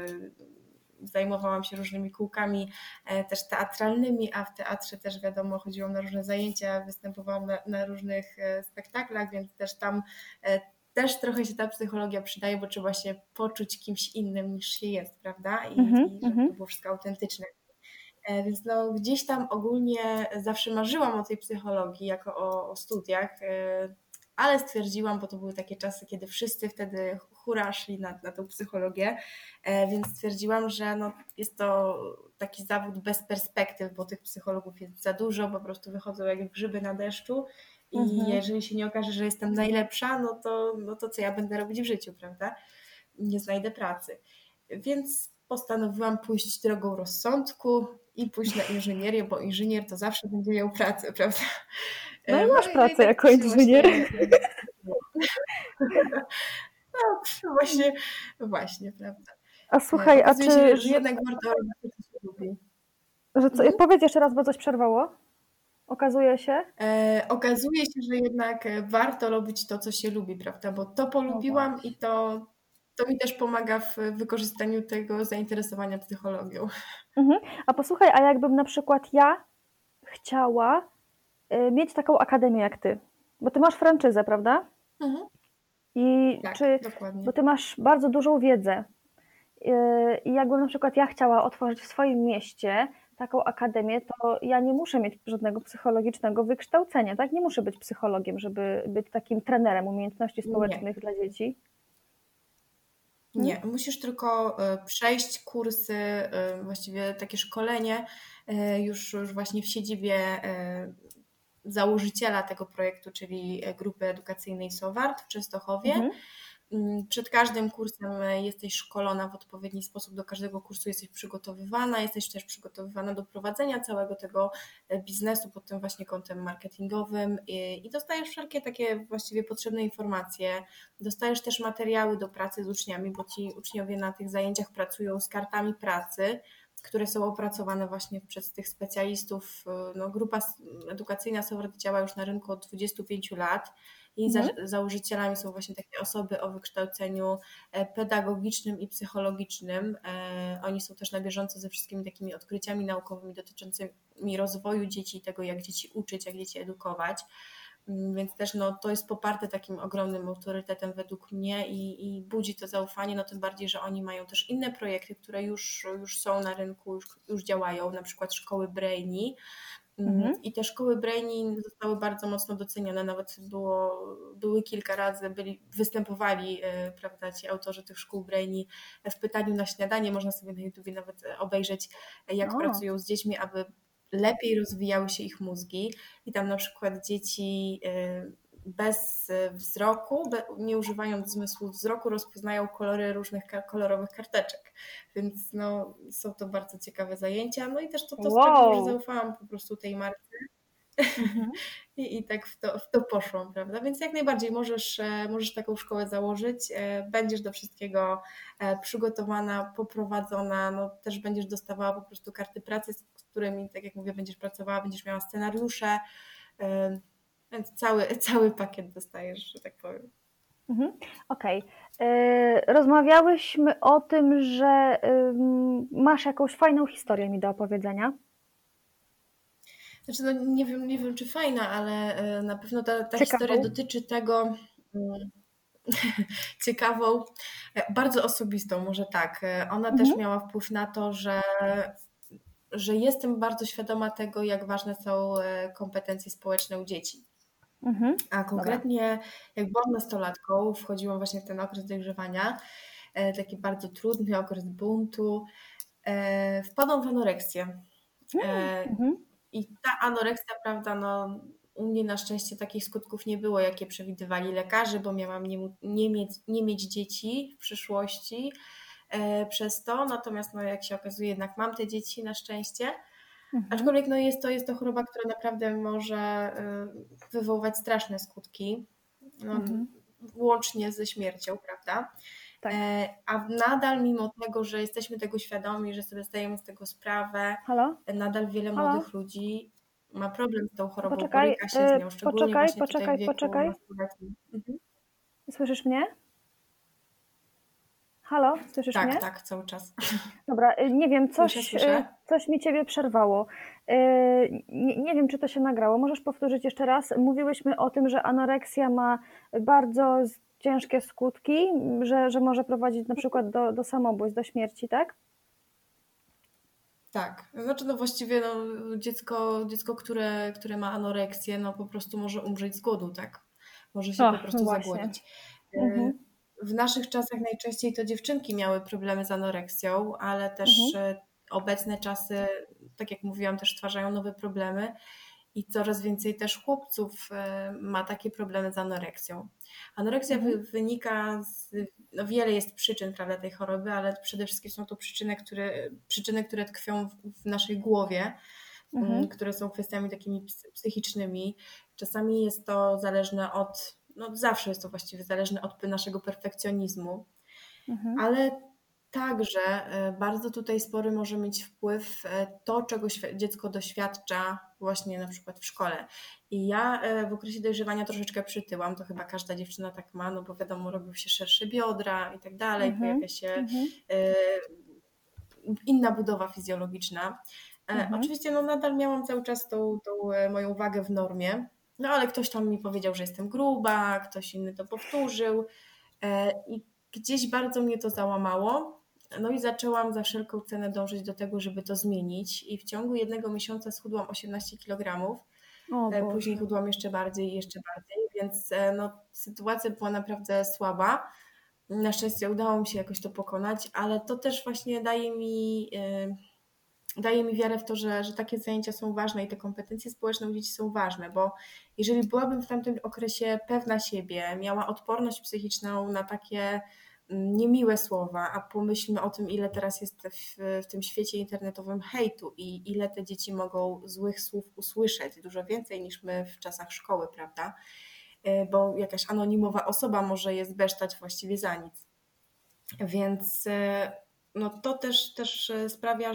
zajmowałam się różnymi kółkami też teatralnymi, a w teatrze też wiadomo chodziłam na różne zajęcia, występowałam na różnych spektaklach, więc też tam też trochę się ta psychologia przydaje, bo trzeba się poczuć kimś innym niż się jest, prawda? I żeby to było wszystko autentyczne. Więc no, gdzieś tam ogólnie zawsze marzyłam o tej psychologii jako o studiach, ale stwierdziłam, bo to były takie czasy, kiedy wszyscy wtedy hura szli na tą psychologię, więc stwierdziłam, że no, jest to taki zawód bez perspektyw, bo tych psychologów jest za dużo, po prostu wychodzą jak grzyby na deszczu i jeżeli się nie okaże, że jestem najlepsza, no to co ja będę robić w życiu, prawda? Nie znajdę pracy. Więc postanowiłam pójść drogą rozsądku i pójść na inżynierię, bo inżynier to zawsze będzie miał pracę, prawda? No i masz pracę jako inżynier. No właśnie, prawda. A słuchaj, a czy... Że jednak warto robić to, co się lubi. Że co, powiedz jeszcze raz, bo coś przerwało. Okazuje się? Okazuje się, że jednak warto robić to, co się lubi, prawda? Bo to polubiłam i to mi też pomaga w wykorzystaniu tego zainteresowania psychologią. A posłuchaj, a jakbym na przykład ja chciała mieć taką akademię jak ty, bo ty masz franczyzę, prawda? I tak, dokładnie. Bo ty masz bardzo dużą wiedzę i jakbym na przykład ja chciała otworzyć w swoim mieście taką akademię, to ja nie muszę mieć żadnego psychologicznego wykształcenia, tak? Nie muszę być psychologiem, żeby być takim trenerem umiejętności społecznych dla dzieci. Nie, musisz tylko przejść kursy, właściwie takie szkolenie już właśnie w siedzibie założyciela tego projektu, czyli Grupy Edukacyjnej Sowart w Częstochowie. Przed każdym kursem jesteś szkolona w odpowiedni sposób, do każdego kursu jesteś przygotowywana, jesteś też przygotowywana do prowadzenia całego tego biznesu pod tym właśnie kątem marketingowym i dostajesz wszelkie takie właściwie potrzebne informacje, dostajesz też materiały do pracy z uczniami, bo ci uczniowie na tych zajęciach pracują z kartami pracy, które są opracowane właśnie przez tych specjalistów. No, Grupa Edukacyjna Sowart działa już na rynku od 25 lat i założycielami są właśnie takie osoby o wykształceniu pedagogicznym i psychologicznym. Oni są też na bieżąco ze wszystkimi takimi odkryciami naukowymi dotyczącymi rozwoju dzieci, tego jak dzieci uczyć, jak dzieci edukować. Więc też no, to jest poparte takim ogromnym autorytetem według mnie i budzi to zaufanie, no tym bardziej, że oni mają też inne projekty, które już są na rynku, już działają, na przykład szkoły Brainy. I te szkoły Brainy zostały bardzo mocno docenione, nawet były kilka razy, występowali, prawda, ci autorzy tych szkół Brainy w pytaniu na śniadanie, można sobie na YouTubie nawet obejrzeć, jak pracują z dziećmi, aby lepiej rozwijały się ich mózgi i tam na przykład dzieci bez wzroku, nie używając zmysłu wzroku, rozpoznają kolory różnych kolorowych karteczek, więc no, są to bardzo ciekawe zajęcia, no i też to sprawiło, że zaufałam po prostu tej marce i tak w to poszłam, prawda, więc jak najbardziej możesz taką szkołę założyć, będziesz do wszystkiego przygotowana, poprowadzona, no też będziesz dostawała po prostu karty pracy, z którymi, tak jak mówię, będziesz pracowała, będziesz miała scenariusze, więc cały pakiet dostajesz, że tak powiem. Okej. Rozmawiałyśmy o tym, że masz jakąś fajną historię mi do opowiedzenia. Znaczy, no nie wiem czy fajna, ale na pewno ta historia Ciekawą. dotyczy tego, mm, ciekawą, bardzo osobistą, może tak. Ona też Mhm. miała wpływ na to, że jestem bardzo świadoma tego, jak ważne są kompetencje społeczne u dzieci. Mhm. A Dobra. konkretnie jak byłam nastolatką, wchodziłam właśnie w ten okres dojrzewania, taki bardzo trudny okres buntu, wpadłam w anoreksję. E, Mhm. I ta anoreksja, prawda, no u mnie na szczęście takich skutków nie było, jakie przewidywali lekarze, bo miałam nie mieć dzieci w przyszłości przez to, natomiast no, jak się okazuje, jednak mam te dzieci na szczęście. Mhm. Aczkolwiek no, jest to choroba, która naprawdę może wywoływać straszne skutki, no, Mhm. łącznie ze śmiercią, prawda? Tak. A nadal mimo tego, że jesteśmy tego świadomi, że sobie zdajemy z tego sprawę, Halo? nadal wiele Halo? młodych ludzi ma problem z tą chorobą, Poczekaj, boryka się z nią, szczególnie poczekaj, właśnie tutaj w poczekaj, wieku poczekaj. nastoletnim. Mhm. Słyszysz mnie? Halo? Słyszysz Tak, mnie? tak, cały czas. Dobra, nie wiem, Słyszę, słyszę. coś mi ciebie przerwało. Nie wiem, czy to się nagrało. Możesz powtórzyć jeszcze raz? Mówiłyśmy o tym, że anoreksja ma bardzo ciężkie skutki, że może prowadzić na przykład do samobójstw, do śmierci, tak? Tak, znaczy no właściwie no, dziecko które ma anoreksję, no po prostu może umrzeć z głodu, tak? Może się O, po no prostu właśnie. zagłodzić. Mhm, W naszych czasach najczęściej to dziewczynki miały problemy z anoreksją, ale też mhm, obecne czasy, tak jak mówiłam, też stwarzają nowe problemy i coraz więcej też chłopców ma takie problemy z anoreksją. Anoreksja mhm, wynika z, no wiele jest przyczyn, prawda, tej choroby, ale przede wszystkim są to przyczyny, które tkwią w naszej głowie, mhm, które są kwestiami takimi psychicznymi. Czasami jest to zależne no zawsze jest to właściwie zależne od naszego perfekcjonizmu, mhm, ale także bardzo tutaj spory może mieć wpływ to, czego dziecko doświadcza właśnie na przykład w szkole. I ja w okresie dojrzewania troszeczkę przytyłam, to chyba każda dziewczyna tak ma, no bo wiadomo, robią się szersze biodra i tak dalej, mhm, pojawia się mhm, e, inna budowa fizjologiczna. mhm. Oczywiście no nadal miałam cały czas tą moją wagę w normie, no ale ktoś tam mi powiedział, że jestem gruba, ktoś inny to powtórzył i gdzieś bardzo mnie to załamało. No i zaczęłam za wszelką cenę dążyć do tego, żeby to zmienić i w ciągu 1 miesiąca schudłam 18 kg. O Później Boże. chudłam jeszcze bardziej i jeszcze bardziej, więc no, sytuacja była naprawdę słaba. Na szczęście udało mi się jakoś to pokonać, ale to też właśnie daje mi wiarę w to, że takie zajęcia są ważne i te kompetencje społeczne u dzieci są ważne, bo jeżeli byłabym w tamtym okresie pewna siebie, miała odporność psychiczną na takie niemiłe słowa, a pomyślmy o tym, ile teraz jest w tym świecie internetowym hejtu i ile te dzieci mogą złych słów usłyszeć, dużo więcej niż my w czasach szkoły, prawda? Bo jakaś anonimowa osoba może je zbesztać właściwie za nic. Więc no to też sprawia,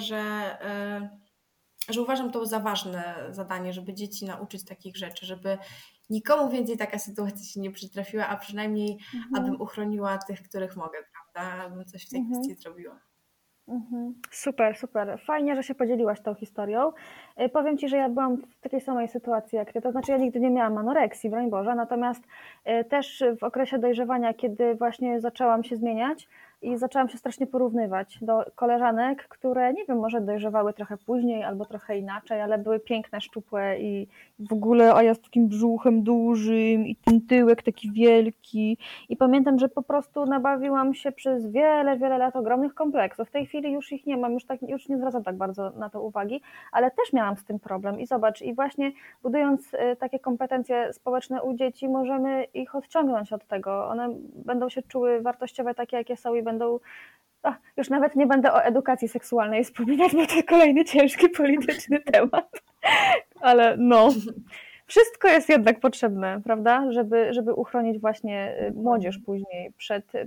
że uważam to za ważne zadanie, żeby dzieci nauczyć takich rzeczy, żeby nikomu więcej taka sytuacja się nie przytrafiła, a przynajmniej Mhm, abym uchroniła tych, których mogę, prawda? Abym coś w tej mhm. kwestii zrobiła. Super, super. Fajnie, że się podzieliłaś tą historią. Powiem Ci, że ja byłam w takiej samej sytuacji jak Ty, to znaczy ja nigdy nie miałam anoreksji, broń Boże, natomiast też w okresie dojrzewania, kiedy właśnie zaczęłam się zmieniać i zaczęłam się strasznie porównywać do koleżanek, które nie wiem, może dojrzewały trochę później albo trochę inaczej, ale były piękne, szczupłe i w ogóle, a ja z takim brzuchem dużym i ten tyłek taki wielki. I pamiętam, że po prostu nabawiłam się przez wiele, wiele lat ogromnych kompleksów. W tej chwili już ich nie mam, już nie zwracam tak bardzo na to uwagi, ale też miałam z tym problem. I zobacz, i właśnie budując takie kompetencje społeczne u dzieci, możemy ich odciągnąć od tego. One będą się czuły wartościowe takie, jakie są i będą. Już nawet nie będę o edukacji seksualnej wspominać, bo to kolejny ciężki polityczny temat. Ale no. Wszystko jest jednak potrzebne, prawda, żeby uchronić właśnie młodzież później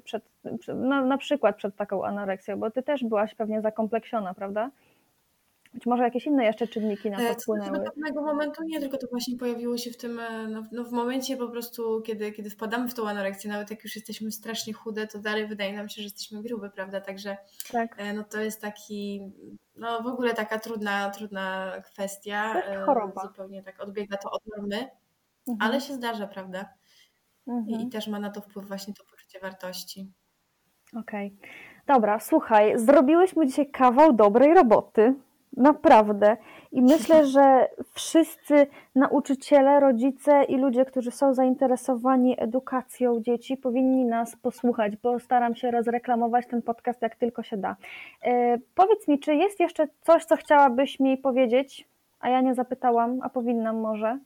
no, na przykład przed taką anoreksją, bo ty też byłaś pewnie zakompleksiona, prawda? Być może jakieś inne jeszcze czynniki na to To znaczy do wpłynęły. pewnego momentu nie, tylko to właśnie pojawiło się w tym, w momencie po prostu, kiedy wpadamy w tą anoreksję, nawet jak już jesteśmy strasznie chude, to dalej wydaje nam się, że jesteśmy grube, prawda? Także Tak, no to jest taki, no w ogóle taka trudna to kwestia, jest choroba. zupełnie tak odbiega to od normy, ale Mhm. się zdarza, prawda? I Mhm. też ma na to wpływ właśnie to poczucie wartości. Okej. Dobra, słuchaj, zrobiłyśmy dzisiaj kawał dobrej roboty. Naprawdę. I myślę, że wszyscy nauczyciele, rodzice i ludzie, którzy są zainteresowani edukacją dzieci, powinni nas posłuchać, bo staram się rozreklamować ten podcast jak tylko się da. Powiedz mi, czy jest jeszcze coś, co chciałabyś mi powiedzieć, a ja nie zapytałam, a powinnam może?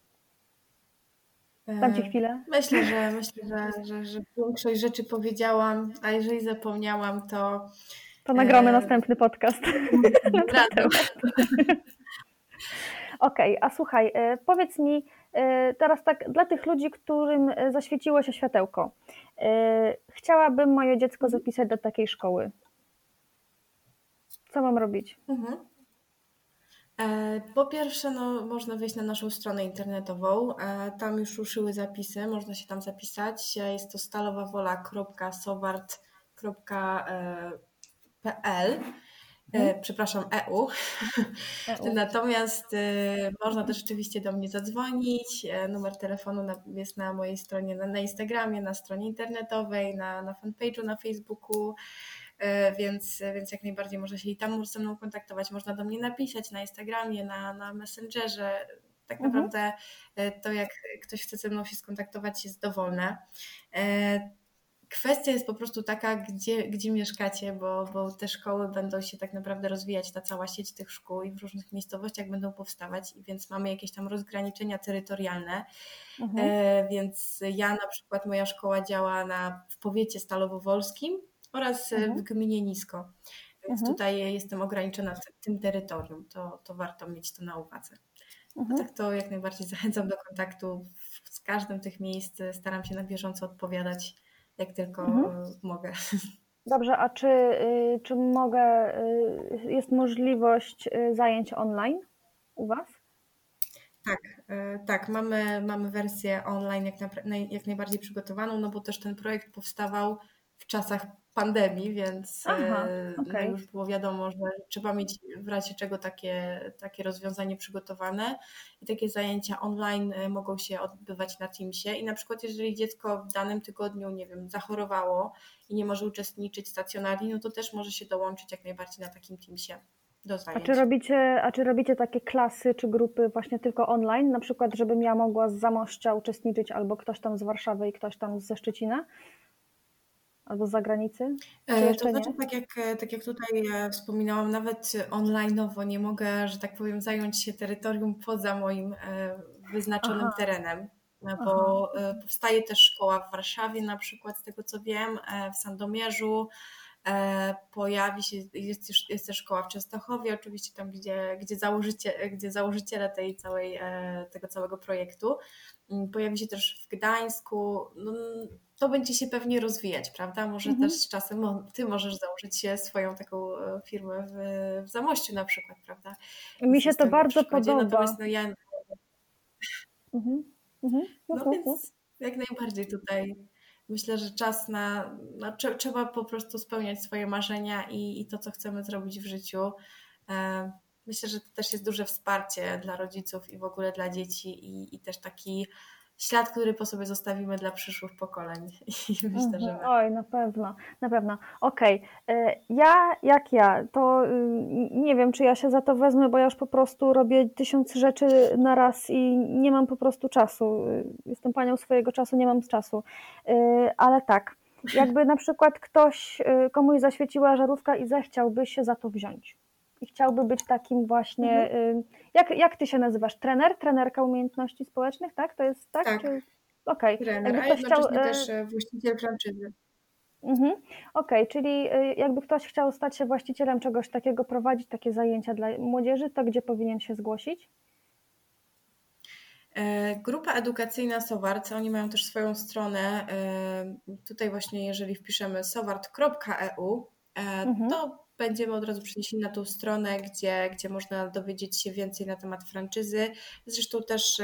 Dam ci chwilę. Myślę, że większość rzeczy powiedziałam, a jeżeli zapomniałam, to To nagramy e, następny podcast na ten rado. temat. Okej, a słuchaj, powiedz mi teraz tak, dla tych ludzi, którym zaświeciło się światełko, chciałabym moje dziecko zapisać do takiej szkoły. Co mam robić? Mhm. Po pierwsze, no, można wejść na naszą stronę internetową. Tam już ruszyły zapisy, można się tam zapisać. Jest to stalowawola.sowart.pl. Przepraszam, EU. EU. Natomiast można też oczywiście do mnie zadzwonić. Numer telefonu jest na mojej stronie, na Instagramie, na stronie internetowej, na fanpage'u na Facebooku, więc jak najbardziej można się i tam ze mną kontaktować. Można do mnie napisać na Instagramie, na Messengerze. Tak naprawdę to, jak ktoś chce ze mną się skontaktować, jest dowolne. Kwestia jest po prostu taka, gdzie mieszkacie, bo te szkoły będą się tak naprawdę rozwijać, ta cała sieć tych szkół i w różnych miejscowościach będą powstawać, więc mamy jakieś tam rozgraniczenia terytorialne. Więc ja na przykład, moja szkoła działa w powiecie stalowowolskim oraz w gminie Nisko. Więc tutaj jestem ograniczona tym terytorium, to warto mieć to na uwadze. A tak to jak najbardziej zachęcam do kontaktu z każdym tych miejsc. Staram się na bieżąco odpowiadać, jak tylko mogę. Dobrze, a czy mogę, jest możliwość zajęć online u Was? Tak, mamy wersję online jak najbardziej przygotowaną, no bo też ten projekt powstawał w czasach pandemii, więc Aha, no okej. już było wiadomo, że trzeba mieć w razie czego takie rozwiązanie przygotowane i takie zajęcia online mogą się odbywać na Teamsie i na przykład jeżeli dziecko w danym tygodniu, nie wiem, zachorowało i nie może uczestniczyć stacjonarnie, no to też może się dołączyć jak najbardziej na takim Teamsie do A zajęć. czy robicie takie klasy czy grupy właśnie tylko online? Na przykład, żebym ja mogła z Zamościa uczestniczyć albo ktoś tam z Warszawy i ktoś tam ze Szczecina? Albo z zagranicy? Czy To jeszcze znaczy, nie? tak jak tutaj wspominałam, nawet online'owo nie mogę, że tak powiem, zająć się terytorium poza moim wyznaczonym Aha, terenem, aha. bo powstaje też szkoła w Warszawie na przykład, z tego co wiem, w Sandomierzu, pojawi się, jest też szkoła w Częstochowie, oczywiście tam, gdzie założyciele tego całego projektu. Pojawi się też w Gdańsku. No, to będzie się pewnie rozwijać, prawda? Może też z czasem ty możesz założyć swoją taką firmę w Zamościu na przykład, prawda? Mi Nic się nie to stoi na bardzo przeszkodzie. podoba. Natomiast no Mhm. Mhm. no więc jak najbardziej tutaj myślę, że czas trzeba po prostu spełniać swoje marzenia i to, co chcemy zrobić w życiu. Myślę, że to też jest duże wsparcie dla rodziców i w ogóle dla dzieci i też taki ślad, który po sobie zostawimy dla przyszłych pokoleń. I myślę, że Oj, na pewno, na pewno. Okej, to nie wiem, czy ja się za to wezmę, bo ja już po prostu robię 1000 rzeczy na raz i nie mam po prostu czasu. Jestem panią swojego czasu, nie mam czasu. Ale tak, jakby na przykład komuś zaświeciła żarówka i zechciałby się za to wziąć. I chciałby być takim właśnie, jak ty się nazywasz? Trenerka umiejętności społecznych, tak? To jest tak? tak, Okej, trener, jakby a ktoś chciał. jednocześnie też właściciel franczyzy. Okej, czyli jakby ktoś chciał stać się właścicielem czegoś takiego, prowadzić takie zajęcia dla młodzieży, to gdzie powinien się zgłosić? Grupa edukacyjna Sowart, oni mają też swoją stronę. Tutaj właśnie jeżeli wpiszemy sowart.eu, to będziemy od razu przeniesieni na tą stronę, gdzie można dowiedzieć się więcej na temat franczyzy. Zresztą też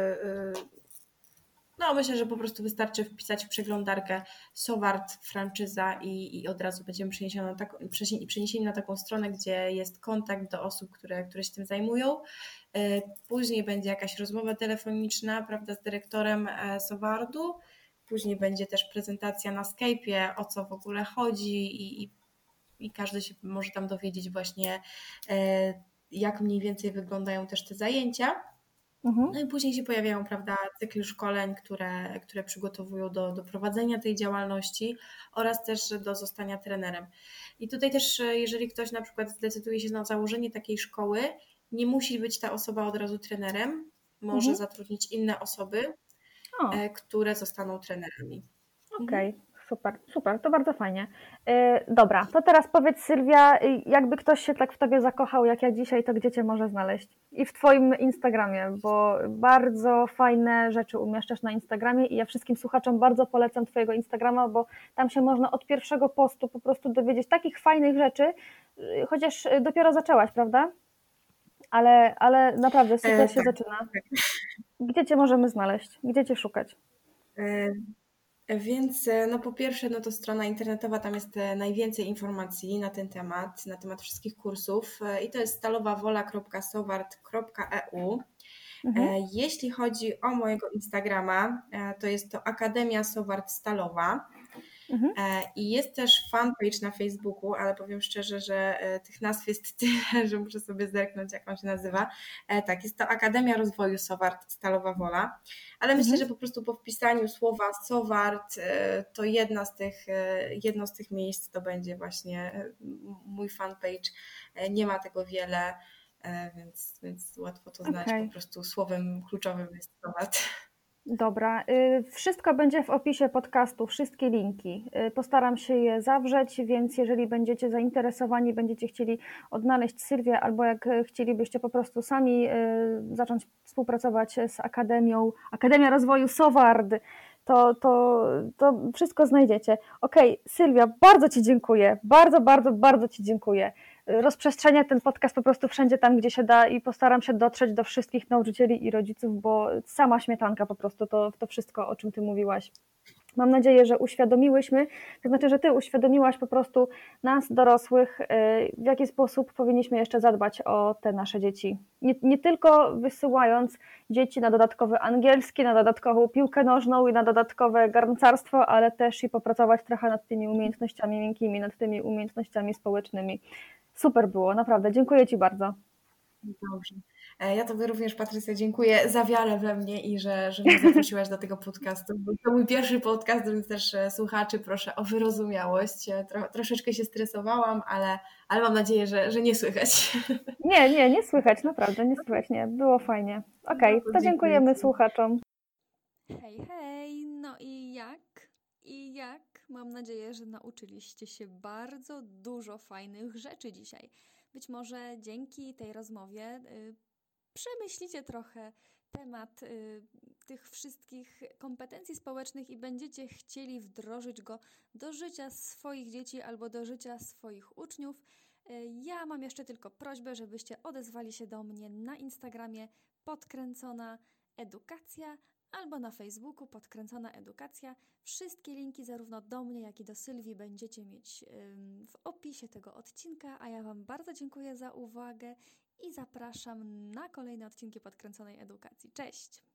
no myślę, że po prostu wystarczy wpisać w przeglądarkę Sowart franczyza i od razu będziemy przeniesieni na taką stronę, gdzie jest kontakt do osób, które się tym zajmują. Później będzie jakaś rozmowa telefoniczna, prawda, z dyrektorem Sowardu. Później będzie też prezentacja na Skype'ie, o co w ogóle chodzi i każdy się może tam dowiedzieć właśnie, jak mniej więcej wyglądają też te zajęcia. No i później się pojawiają, prawda, cykl szkoleń, które przygotowują do prowadzenia tej działalności oraz też do zostania trenerem. I tutaj też, jeżeli ktoś na przykład zdecyduje się na założenie takiej szkoły, nie musi być ta osoba od razu trenerem, może zatrudnić inne osoby, które zostaną trenerami. Okej. Super, to bardzo fajnie. Dobra, to teraz powiedz, Sylwia, jakby ktoś się tak w Tobie zakochał jak ja dzisiaj, to gdzie Cię może znaleźć? I w Twoim Instagramie, bo bardzo fajne rzeczy umieszczasz na Instagramie i ja wszystkim słuchaczom bardzo polecam Twojego Instagrama, bo tam się można od pierwszego postu po prostu dowiedzieć takich fajnych rzeczy, chociaż dopiero zaczęłaś, prawda? Ale naprawdę super się zaczyna. Gdzie Cię możemy znaleźć? Gdzie Cię szukać? Więc no po pierwsze, no to strona internetowa, tam jest najwięcej informacji na ten temat wszystkich kursów i to jest stalowawola.sowart.eu. Jeśli chodzi o mojego Instagrama, to jest to Akademia Sowart Stalowa. I jest też fanpage na Facebooku, ale powiem szczerze, że tych nazw jest tyle, że muszę sobie zerknąć, jak on się nazywa. Tak, jest to Akademia Rozwoju Sowart Stalowa Wola, ale myślę, że po prostu po wpisaniu słowa Sowart to jedno z tych miejsc to będzie właśnie mój fanpage. Nie ma tego wiele, więc łatwo to znaleźć po prostu słowem kluczowym jest Sowart. Dobra, wszystko będzie w opisie podcastu, wszystkie linki. Postaram się je zawrzeć, więc jeżeli będziecie zainteresowani, będziecie chcieli odnaleźć Sylwię albo jak chcielibyście po prostu sami zacząć współpracować z Akademia Rozwoju Sowart, to wszystko znajdziecie. Okej, Sylwia, bardzo Ci dziękuję, bardzo Ci dziękuję. Rozprzestrzenię ten podcast po prostu wszędzie tam, gdzie się da i postaram się dotrzeć do wszystkich nauczycieli i rodziców, bo sama śmietanka po prostu to wszystko, o czym Ty mówiłaś. Mam nadzieję, że uświadomiłyśmy, to znaczy, że Ty uświadomiłaś po prostu nas, dorosłych, w jaki sposób powinniśmy jeszcze zadbać o te nasze dzieci. Nie tylko wysyłając dzieci na dodatkowy angielski, na dodatkową piłkę nożną i na dodatkowe garncarstwo, ale też i popracować trochę nad tymi umiejętnościami miękkimi, nad tymi umiejętnościami społecznymi. Super było, naprawdę. Dziękuję Ci bardzo. Dobrze. Ja Tobie również, Patrycja, dziękuję za wiarę we mnie i że mnie zaprosiłaś do tego podcastu. To mój pierwszy podcast, więc też słuchaczy proszę o wyrozumiałość. Troszeczkę się stresowałam, ale mam nadzieję, że nie słychać. Nie słychać, naprawdę, nie słychać, nie. Było fajnie. Okej, to dziękujemy słuchaczom. Hej, no i jak? Mam nadzieję, że nauczyliście się bardzo dużo fajnych rzeczy dzisiaj. Być może dzięki tej rozmowie przemyślicie trochę temat tych wszystkich kompetencji społecznych i będziecie chcieli wdrożyć go do życia swoich dzieci albo do życia swoich uczniów. Ja mam jeszcze tylko prośbę, żebyście odezwali się do mnie na Instagramie Podkręcona Edukacja albo na Facebooku Podkręcona Edukacja. Wszystkie linki zarówno do mnie, jak i do Sylwii będziecie mieć w opisie tego odcinka, a ja Wam bardzo dziękuję za uwagę i zapraszam na kolejne odcinki Podkręconej Edukacji. Cześć!